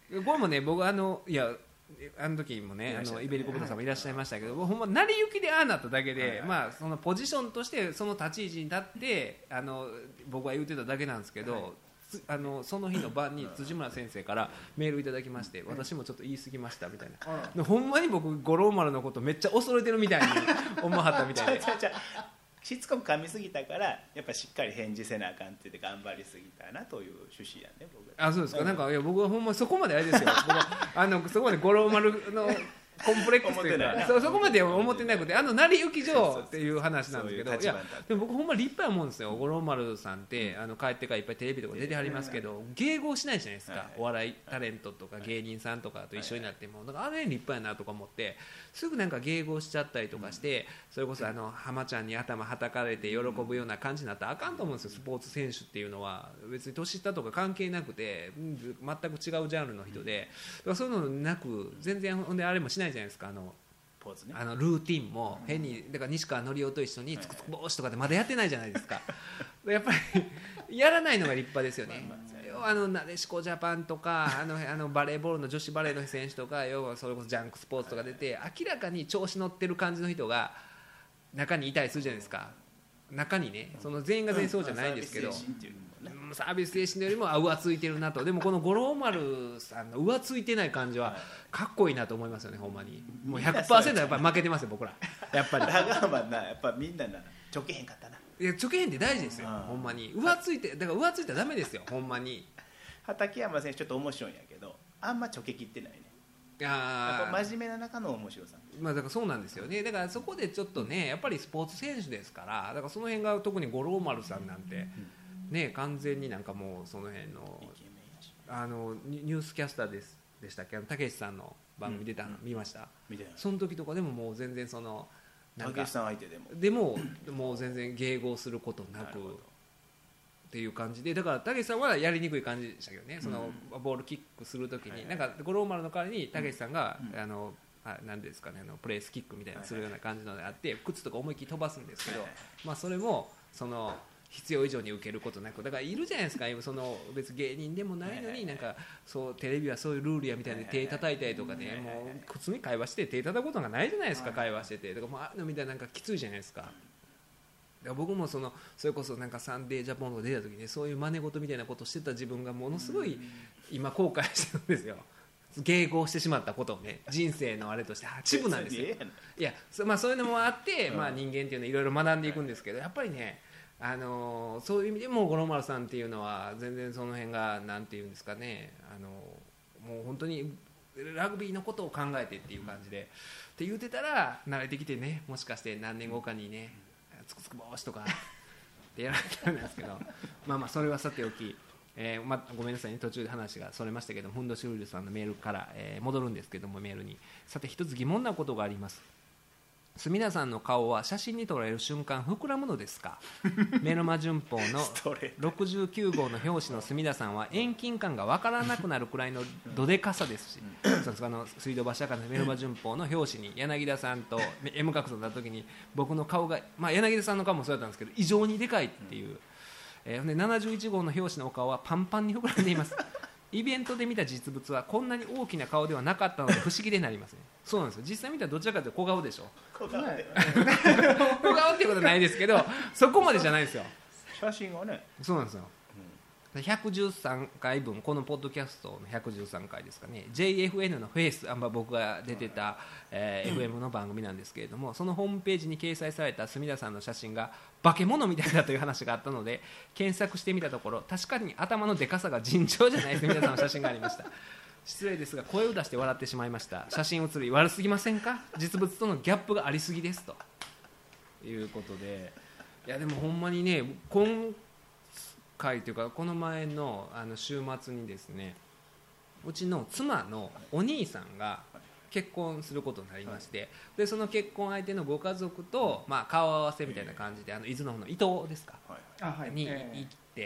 これもね僕あのいやあの時もねあのイベリコブタさんもいらっしゃいましたけど、ほんま成り行きでああなっただけで、まあそのポジションとしてその立ち位置に立ってあの僕は言ってただけなんですけど、あのその日の晩に辻村先生からメールいただきまして、私もちょっと言い過ぎましたみたいな、ほんまに僕五郎丸のことめっちゃ恐れてるみたいに思わはったみたいでしつこく噛みすぎたからやっぱしっかり返事せなあかんって言って頑張りすぎたなという趣旨やね僕。 あ、そうですか。なんかいや僕はほんまそこまであれですよ僕はあのそこまで五郎丸のコンプレックスというか そ, そこまで思ってなくて、あの成り行き上っていう話なんですけど、いやでも僕ほんま立派やもんですよ。五郎丸さんってあの帰ってからいっぱいテレビとか出てはりますけど、迎合しないじゃないですか、お笑いタレントとか芸人さんとかと一緒になっても、だからあれ立派やなとか思ってすぐなんか迎合しちゃったりとかして、それこそあの浜ちゃんに頭はたかれて喜ぶような感じになったらあかんと思うんですよ。スポーツ選手っていうのは別に年下とか関係なくて全く違うジャンルの人で、だからそういうのなく全然ほんであれもしないじゃないですか。あのポーズね、 あのルーティンも変にだから西川のりおと一緒につくつく帽子とかでまだやってないじゃないですかやっぱりやらないのが立派ですよね。あのなでしこジャパンとかあのあのバレーボールの女子バレーの選手とか要はそれこそジャンクスポーツとか出て明らかに調子乗ってる感じの人が中にいたりするじゃないですか。中にね、その全員が全員そうじゃないんですけど、サービス精神よりもあ浮ついてるなと。でもこの五郎丸さんの浮ついてない感じはかっこいいなと思いますよね。ほんまにもう ひゃくパーセント やっぱり負けてますよ僕らやっぱり。 だからまあなやっぱみんななちょけへんかったな。 いやちょけへんって大事ですよほんまに。浮ついてだから浮ついたらダメですよほんまに。 畠山選手ちょっと面白いんやけどあんまちょけきってないね。 あやっぱ真面目な中の面白さ、 まあ、だからそうなんですよね。だからそこでちょっとねやっぱりスポーツ選手ですから、だからその辺が特に五郎丸さんなんて、ね、完全になんかもうその辺のあのニュースキャスターですでしたっけ、たけしさんの番組出たの、うん、見ました。 見てない。 その時とかでももう全然そのたけしさん相手でもでももう全然迎合することなくっていう感じで、だからたけしさんはやりにくい感じでしたけどね、うん、そのボールキックする時になんか五郎丸の代わりにたけしさんが、うん、あのあ何ですかね、あのプレースキックみたいなするような感じのであって、靴とか思いっきり飛ばすんですけど、まあそれもその必要以上に受けることなく、だからいるじゃないですか、その別芸人でもないのになんかそうテレビはそういうルールやみたいで手叩いたりとかね、もう普通に会話して手叩くことがないじゃないですか、会話してて。だからもうああいうのみたいななんかきついじゃないですか。だから僕もそのそれこそなんかサンデージャポンとか出た時にそういう真似事みたいなことをしてた自分がものすごい今後悔してるんですよ。迎合してしまったことをね、人生のあれとして恥部なんですよ。いや、まあ、そういうのもあって、まあ、人間っていうのはいろいろ学んでいくんですけど、やっぱりね、あのー、そういう意味でも五郎丸さんっていうのは全然その辺がなんていうんですかね、あのー、もう本当にラグビーのことを考えてっていう感じでって言ってたら慣れてきてね、もしかして何年後かにねつくつく帽子とかってやられたんですけどまあまあそれはさておき、えーま、ごめんなさいね、途中で話がそれましたけど、ふんどしウイルスさんのメールから、えー、戻るんですけども、メールにさて一つ疑問なことがあります。隅田さんの顔は写真に撮られる瞬間膨らむのですか？メルマ旬報のろくじゅうきゅうごうの表紙の隅田さんは遠近感が分からなくなるくらいのどでかさですし、そうです、あの水道橋社会のメルマ旬報の表紙に柳田さんと M 角さんだった時に僕の顔が、まあ、柳田さんの顔もそうだったんですけど異常にでかいっていう、えー、でななじゅういちごうの表紙のお顔はパンパンに膨らんでいます。イベントで見た実物はこんなに大きな顔ではなかったので不思議でなりますね。そうなんですよ、実際見たらどちらかというと小顔でしょ。 小顔で小顔っていうことはないですけどそこまでじゃないですよ、 写真がね。 そうなんですよ、うん、ひゃくじゅうさんかいぶん、このポッドキャストのひゃくじゅうさんかいですかね、 ジェイエフエヌ のフェイス、あんま僕が出てた、えー、エフエム の番組なんですけれども、そのホームページに掲載された隅田さんの写真が化け物みたいだという話があったので検索してみたところ、確かに頭のでかさが尋常じゃない隅田さんの写真がありました。失礼ですが声を出して笑ってしまいました。写真写り悪すぎませんか？実物とのギャップがありすぎですということで、いやでもほんまにね、今回というかこの前 の, あの週末にですね、うちの妻のお兄さんが結婚することになりまして、でその結婚相手のご家族と、まあ、顔合わせみたいな感じで、あの伊豆の方の伊東ですか、に行って、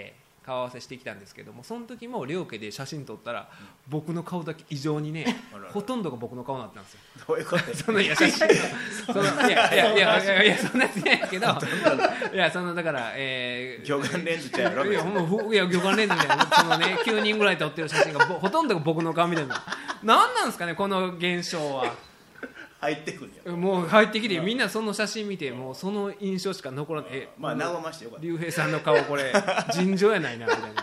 顔合わせしてきたんですけども、その時も両家で写真撮ったら、うん、僕の顔だけ異常にねほとんどが僕の顔になってたんですよ。 どういうことそのいや写真そのいやいやいやいやいやそんなやつじゃないけどいやそのだからえー、 魚眼レンズちゃうやろ。 いやもういや魚眼レンズみたいなそのねきゅうにんぐらい撮ってる写真がほとんどが僕の顔みたいな。なんなんですかねこの現象は。 入ってくるよ。 もう入ってきてみんなその写真見てもうその印象しか残らない。えまあ和ましてよかった。 竜兵さんの顔これ尋常やないなみたいな。い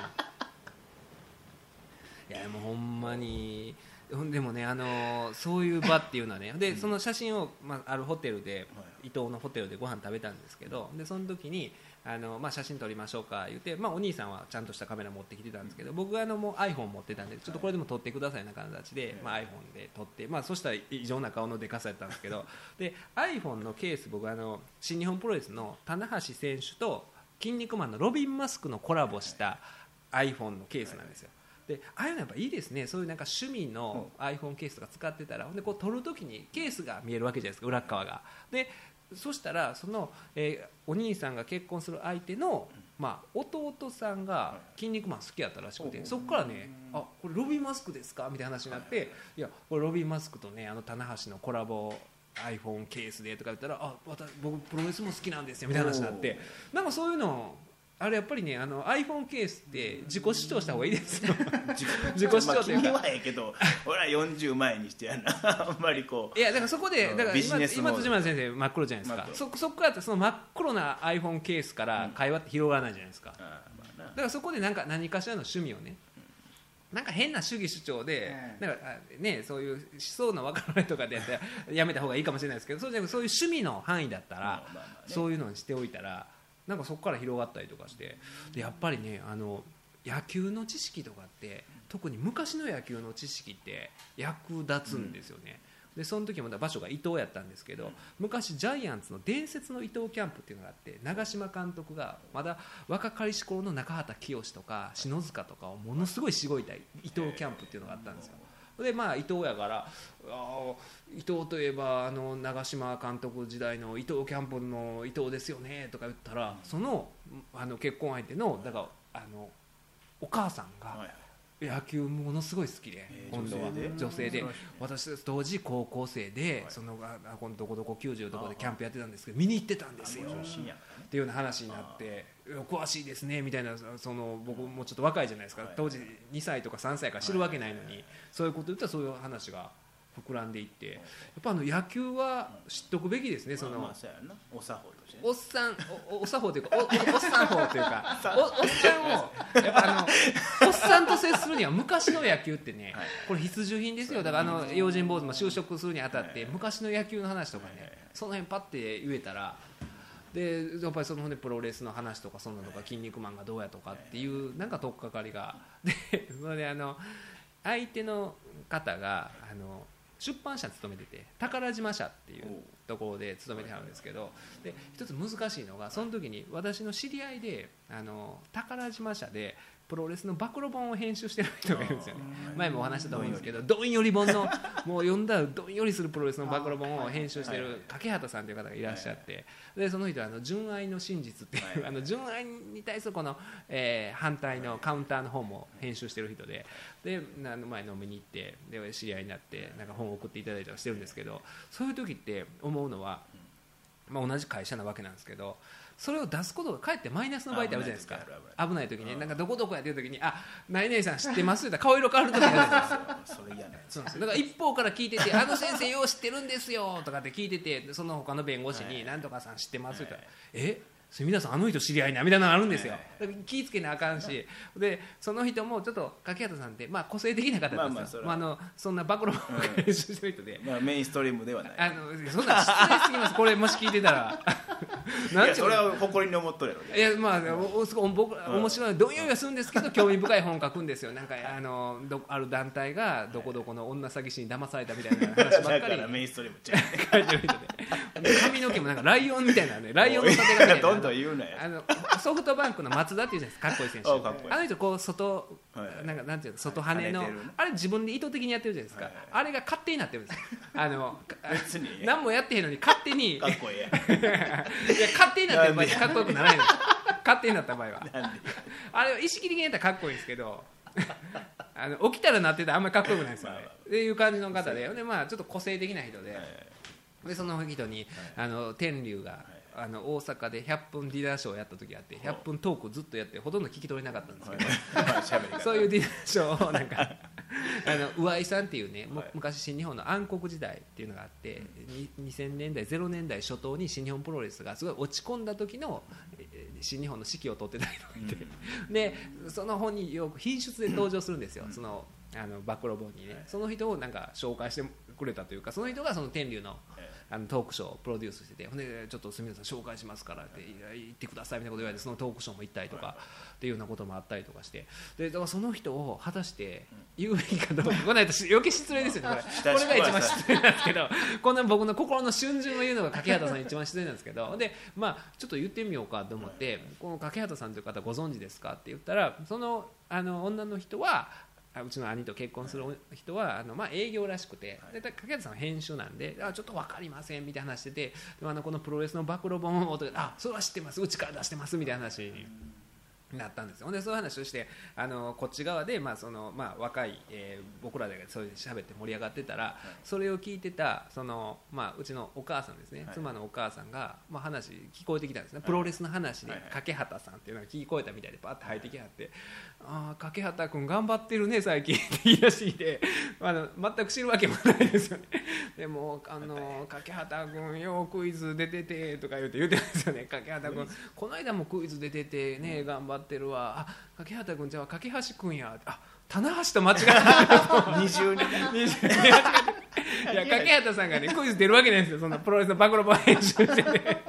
やもうほんまにでもねあのそういう場っていうのはねでその写真を、まあ、あるホテルで伊東のホテルでご飯食べたんですけどでその時にあの、まあ、写真撮りましょうか言って、まあ、お兄さんはちゃんとしたカメラ持ってきてたんですけど僕はあのもう iPhone 持ってたんでちょっとこれでも撮ってくださいな形で、まあ、iPhone で撮って、まあ、そしたら異常な顔のでかさやったんですけどで iPhone のケース僕あの新日本プロレスの棚橋選手と筋肉マンのロビン・マスクのコラボした iPhone のケースなんですよ。でああいうのやっぱいいですね。そういうなんか趣味の iPhone ケースとか使ってたらでこう撮るときにケースが見えるわけじゃないですか裏側が。でそしたらその、えー、お兄さんが結婚する相手の、まあ、弟さんが筋肉マン好きやったらしくてそこからねあこれロビンマスクですかみたいな話になっていやこれロビンマスクとねあの棚橋のコラボ iPhone ケースでとか言ったらあ私僕プロレスも好きなんですよみたいな話になってなんかそういうのあれやっぱりねあの iPhone ケースって自己主張した方がいいですよ自己主張というか、 まあ、君はええけど俺はよんじゅうまえにしてやなあんまりこういやだからそこでだから今今辻村先生真っ黒じゃないですかそそこからその真っ黒な iPhone ケースから会話って広がらないじゃないですか、うん、だからそこでなんか何かしらの趣味をねなんか変な主義主張で、うん、なんかねそういう思想の分からないとかでやったらやめた方がいいかもしれないですけどそうじゃなくそういう趣味の範囲だったら、まあまあまあね、そういうのにしておいたらなんかそこから広がったりとかしてでやっぱりねあの野球の知識とかって特に昔の野球の知識って役立つんですよね、うん、でその時も場所が伊東やったんですけど昔ジャイアンツの伝説の伊東キャンプっていうのがあって長嶋監督がまだ若かりし頃の中畑清とか篠塚とかをものすごいしごいた伊東キャンプっていうのがあったんですよ。でまあ、伊藤やからあ伊藤といえばあの長嶋監督時代の伊藤キャンプの伊藤ですよねとか言ったらその、あの結婚相手のだからあのお母さんが野球ものすごい好きで、今度は女性で私当時高校生でそのどこどこきゅうじゅうどこでキャンプやってたんですけど見に行ってたんですよっていうような話になって詳しいですねみたいなその僕もちょっと若いじゃないですか当時にさいとかさんさいから知るわけないのにそういうこと言ったらそういう話が膨らんでいってやっぱあの野球は知っとくべきですね。その、まあまあそうやなお作法としてねおっさん お, お作法というか お, お, おっさん法というか お, おっさんをやっぱあのおっさんと接するには昔の野球ってねこれ必需品ですよ。だからあの用心坊主も就職するにあたって昔の野球の話とかねその辺パッて言えたらでやっぱりそのねプロレスの話とかそんなのとか筋肉マンがどうやとかっていうなんか取っかかりがでそれであの相手の方があの出版社に勤めてて宝島社っていうところで勤めてはるんですけどで一つ難しいのがその時に私の知り合いであの宝島社でプロレスの暴露本を編集してる人がいるんですよね。前もお話したと思うんですけどどんより本のもう読んだらどんよりするプロレスの暴露本を編集してる掛畑さんという方がいらっしゃってでその人はあの純愛の真実っていうあの純愛に対するこの、えー、反対のカウンターの本も編集してる人でで前飲みに行ってで知り合いになってなんか本を送っていただいたりしてるんですけどそういう時って思うのは、まあ、同じ会社なわけなんですけどそれを出すことがかえってマイナスの場合ってあるじゃないですか。危ない時になんかどこどこやってる時にあ何々さん知ってますって顔色変わる時あるじゃないですか。それ嫌なんですよ。だから一方から聞いててあの先生よう知ってるんですよとかって聞いててその他の弁護士に何とかさん知ってますって言ったらえそれ皆さんあの人知り合いなみたいなのあるんですよ。だから気ぃつけなあかんしでその人もちょっと掛畑さんって、まあ、個性的な方なんですよ。まあまあ、あのそんな暴露本を編集してる人で、 まあ、メインストリームではないあのそんな失礼すぎますこれもし聞いてたらなんいやそれは誇りに思っとるやろ。 いやまあおすごい僕面白いどんよりはするんですけど興味深い本を書くんですよ。なんかあのどある団体がどこどこの女詐欺師に騙されたみたいな話ばっかりだからメインストリームちゃう書いてる人で髪の毛もなんかライオンみたいなねライオンの縦がみたいなどんどん言うなよ。 あのソフトバンクの松田っていうじゃないですかかっこいい選手あ, いいあの人こう外、はい、なんかなんていうの外跳ねの、はい、あれ自分で意図的にやってるじゃないですか、はい、あれが勝手になってるんですよ。あの別に何もやってへんのに勝手にかっこいいやいや勝手になってる場合かっこよくならないのか勝手になった場合はあれは意識的にやったらかっこいいんですけどあの起きたらなってたらあんまりかっこよくないですよねっていう感じの方で、で、まあ、ちょっと個性的な人で、でその人にあの天竜があの大阪でひゃっぷんディナーショーをやった時があってひゃっぷんトークずっとやってほとんど聞き取れなかったんですけどそういうディナーショーをなんかあの上井さんっていうね、はい、昔新日本の暗黒時代っていうのがあって、うん、にせんねんだいゼロねんだい初頭に新日本プロレスがすごい落ち込んだ時の新日本の指揮を取ってたりとかって、うん、でその本によく品質で登場するんですよ、うん、そのあの暴露本にね、その人をなんか紹介してくれたというか、その人がその天竜のあのトークショーをプロデュースしてて、ほんでちょっとすみません紹介しますからって言ってくださいみたいなこと言われて、そのトークショーも行ったりとかっていうようなこともあったりとかして、でだからその人を果たして言うべきかどうか、この間余計失礼ですよね、これこれが一番失礼なんですけど、こんな僕の心の瞬順を言うのが掛畑さん一番失礼なんですけど、でまあちょっと言ってみようかと思って、この掛畑さんという方ご存知ですかって言ったら、そのあの女の人はうちの兄と結婚する人はあの、まあ、営業らしくて、で掛畑さんは編集なんで、あちょっと分かりませんみたいな話してて、であのこのプロレスの暴露本をあそれは知ってます、うちから出してますみたいな話になったんですよ。でそういう話をして、あのこっち側で、まあそのまあ、若い、えー、僕らでそういう喋って盛り上がってたら、はい、それを聞いてたその、まあ、うちのお母さんですね、はい、妻のお母さんが、まあ、話聞こえてきたんですね、はい、プロレスの話で、はい、掛畑さんっていうのが聞こえたみたいでパッと入ってきはって、はい、あ掛畑君頑張ってるね最近って言い出してあの全く知るわけもないですよね。でもあの掛畑君ようクイズ出ててとか言って言ってるんですよね。掛畑君この間もクイズ出ててね頑張ってるわ、あ掛畑君じゃあ掛橋君や、あ棚橋と間違えた二重に二重にいや掛畑さんがねクイズ出るわけないんですよ、そのプロレスの暴露本編集してて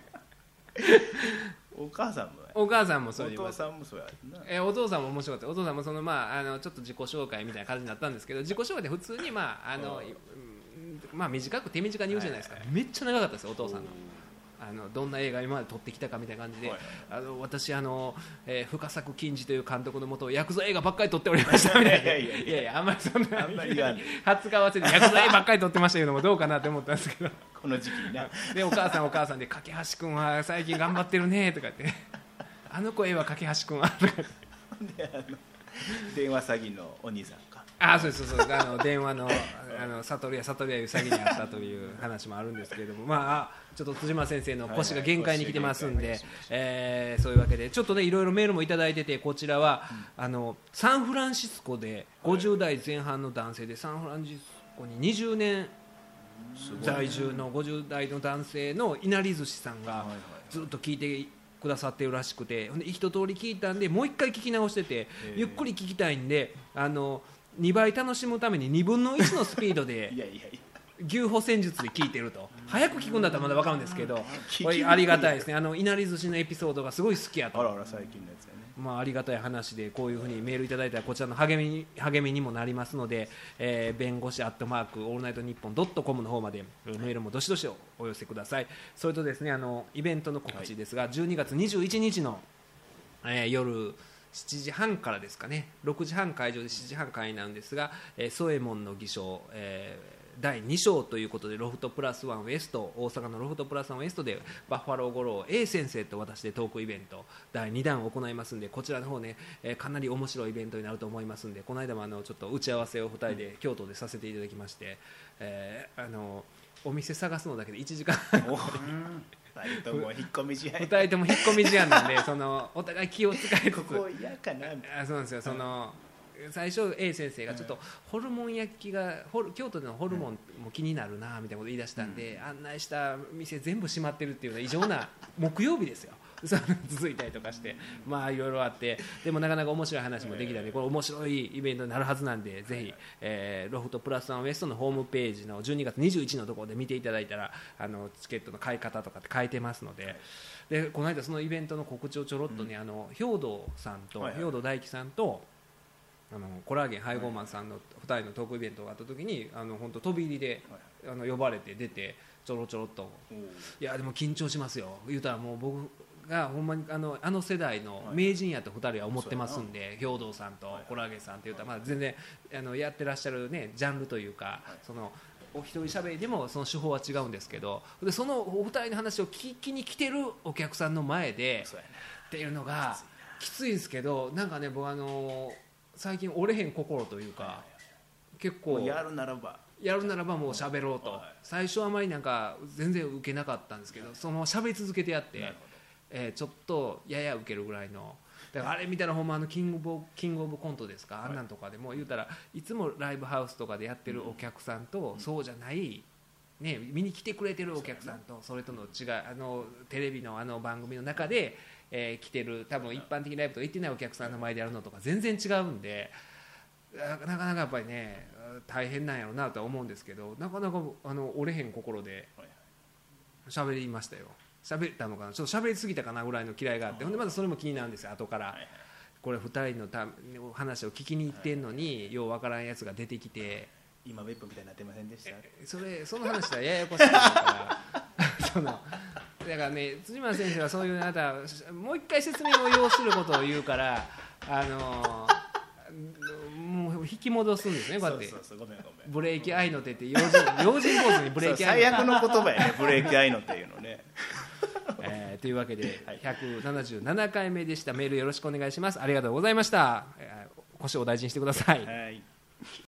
お母さんもお母さんもそうお父さんもそうやな、 えお父さんも面白かった。お父さんもその、まあ、あのちょっと自己紹介みたいな感じになったんですけど、自己紹介で普通に、まああのまあ、短く手短に言うじゃないですか、はいはい、めっちゃ長かったですよお父さんの。あのどんな映画今まで撮ってきたかみたいな感じで、はい、あの私あの、えー、深作金次という監督のもとヤクザ映画ばっかり撮っておりましたみたいな。いやいやいやいやあんまりそんな初顔合わせでヤクザ映画ばっかり撮ってましたけどもどうかなって思ったんですけどこの時期になでお母さんお母さんで掛橋君は最近頑張ってるねとかってあの声は掛橋君はとかってであの電話詐欺のお兄さんか、 あそうそうそうあの電話のあの悟りや悟りやいう詐欺にあったという話もあるんですけれども、まあちょっと辻間先生の腰が限界に来てますんで、はいはい、えー、そういうわけでちょっとねいろいろメールもいただいてて、こちらは、うん、あのサンフランシスコでごじゅうだいぜん半の男性でサンフランシスコににじゅうねん在住のごじゅうだいの男性のいなり寿司さんがずっと聞いてくださってるらしくて、一通り聞いたんでもう一回聞き直してて、ゆっくり聞きたいんであのにばい楽しむためににぶんのいちのスピードでいやいやいや牛歩戦術で聞いてると、早く聞くんだったらまだ分かるんですけど、これありがたいですね。あのいなり寿司のエピソードがすごい好きやと、 あらあら最近のやつやね、 まあ、ありがたい話でこういうふうにメールいただいたらこちらの励みに、励みにもなりますので、えー、弁護士アットマークオールナイトニッポンドットコムの方までメールもどしどしお寄せください。それとですねあのイベントの告知ですが、はい、じゅうにがつにじゅういちにちの、えー、夜しちじはんからですかね、ろくじはん会場でしちじはん開演なんですが、えー、ソエモンの偽証、えーだいに章ということでロフトプラスワンウエスト、大阪のロフトプラスワンウエストでバッファロー五郎 A 先生と私でトークイベントだいにだんを行いますんで、こちらの方ね、えー、かなり面白いイベントになると思いますんで、この間もあのちょっと打ち合わせをふたりで京都でさせていただきまして、えー、あのお店探すのだけでいちじかんふたりとも引っ込み思案ふたりとも引っ込み思案なんでそのお互い気を使いつつここ嫌かなみたいな、 あそうなんですよ、その最初 A 先生がちょっとホルモン焼きが京都でのホルモンも気になるなみたいなこと言い出したんで、案内した店全部閉まってるっていうのは異常な木曜日ですよ続いたりとかして、まあいろいろあって、でもなかなか面白い話もできたんで、これ面白いイベントになるはずなんで、ぜひ、えー、ロフトプラスワンウエストのホームページのじゅうにがつにじゅういちのところで見ていただいたら、あのチケットの買い方とかって書いてますので、でこの間そのイベントの告知をちょろっとね、うん、あの兵藤さんと、はいはい、兵藤大樹さんとあのコラーゲン配合マンさんのふたりのトークイベントがあった時に、あの本当飛び入りで、はい、あの呼ばれて出てちょろちょろっと、いやでも緊張しますよ言うたら、もう僕がほんまにあのあの世代の名人やとふたりは思ってますんで、はい、兵藤さんとコラーゲンさんって言うたら、まあ、全然あのやってらっしゃる、ね、ジャンルというか、はい、そのお一人喋りでもその手法は違うんですけど、でそのお二人の話を聞きに来てるお客さんの前でっていうのがきついんですけど、なんかね僕あの最近折れへん心というか、結構やるならばやるならばもう喋ろうと、最初はあまりなんか全然受けなかったんですけど、そのまま喋り続けてやって、えー、ちょっとやや受けるぐらいの、だからあれ見たらほんまあのキングオブキングオブコントですか、あんなんとかでも言うたらいつもライブハウスとかでやってるお客さんと、そうじゃないね、見に来てくれてるお客さんとそれとの違い、あのテレビのあの番組の中で、えー、来てる多分一般的ライブと行ってないお客さんの前でやるのとか全然違うんで、なかなかやっぱりね大変なんやろうなとは思うんですけど、なかなかあの折れへん心で喋りましたよ。喋ったのかな、ちょっと喋りすぎたかなぐらいの嫌いがあって、ほんでまだそれも気になるんですよ後から、これふたりのた話を聞きに行ってんのにようわからんやつが出てきて、 今ウェブみたいになってませんでした。 それその話はややこしいからそのだからね、辻村先生はそういうあたもう一回説明を要することを言うから、あのもう引き戻すんですね、こうやって。 そうそうそう、ごめんごめん。 ブレーキ合いの手って用心用心ポーズにブレーキ合い最悪の言葉やね、ブレーキ合いの手いうのね。 えー、というわけでひゃくななじゅうななかいめでした。メールよろしくお願いします。ありがとうございました。えー、腰を大事にしてください。 はい。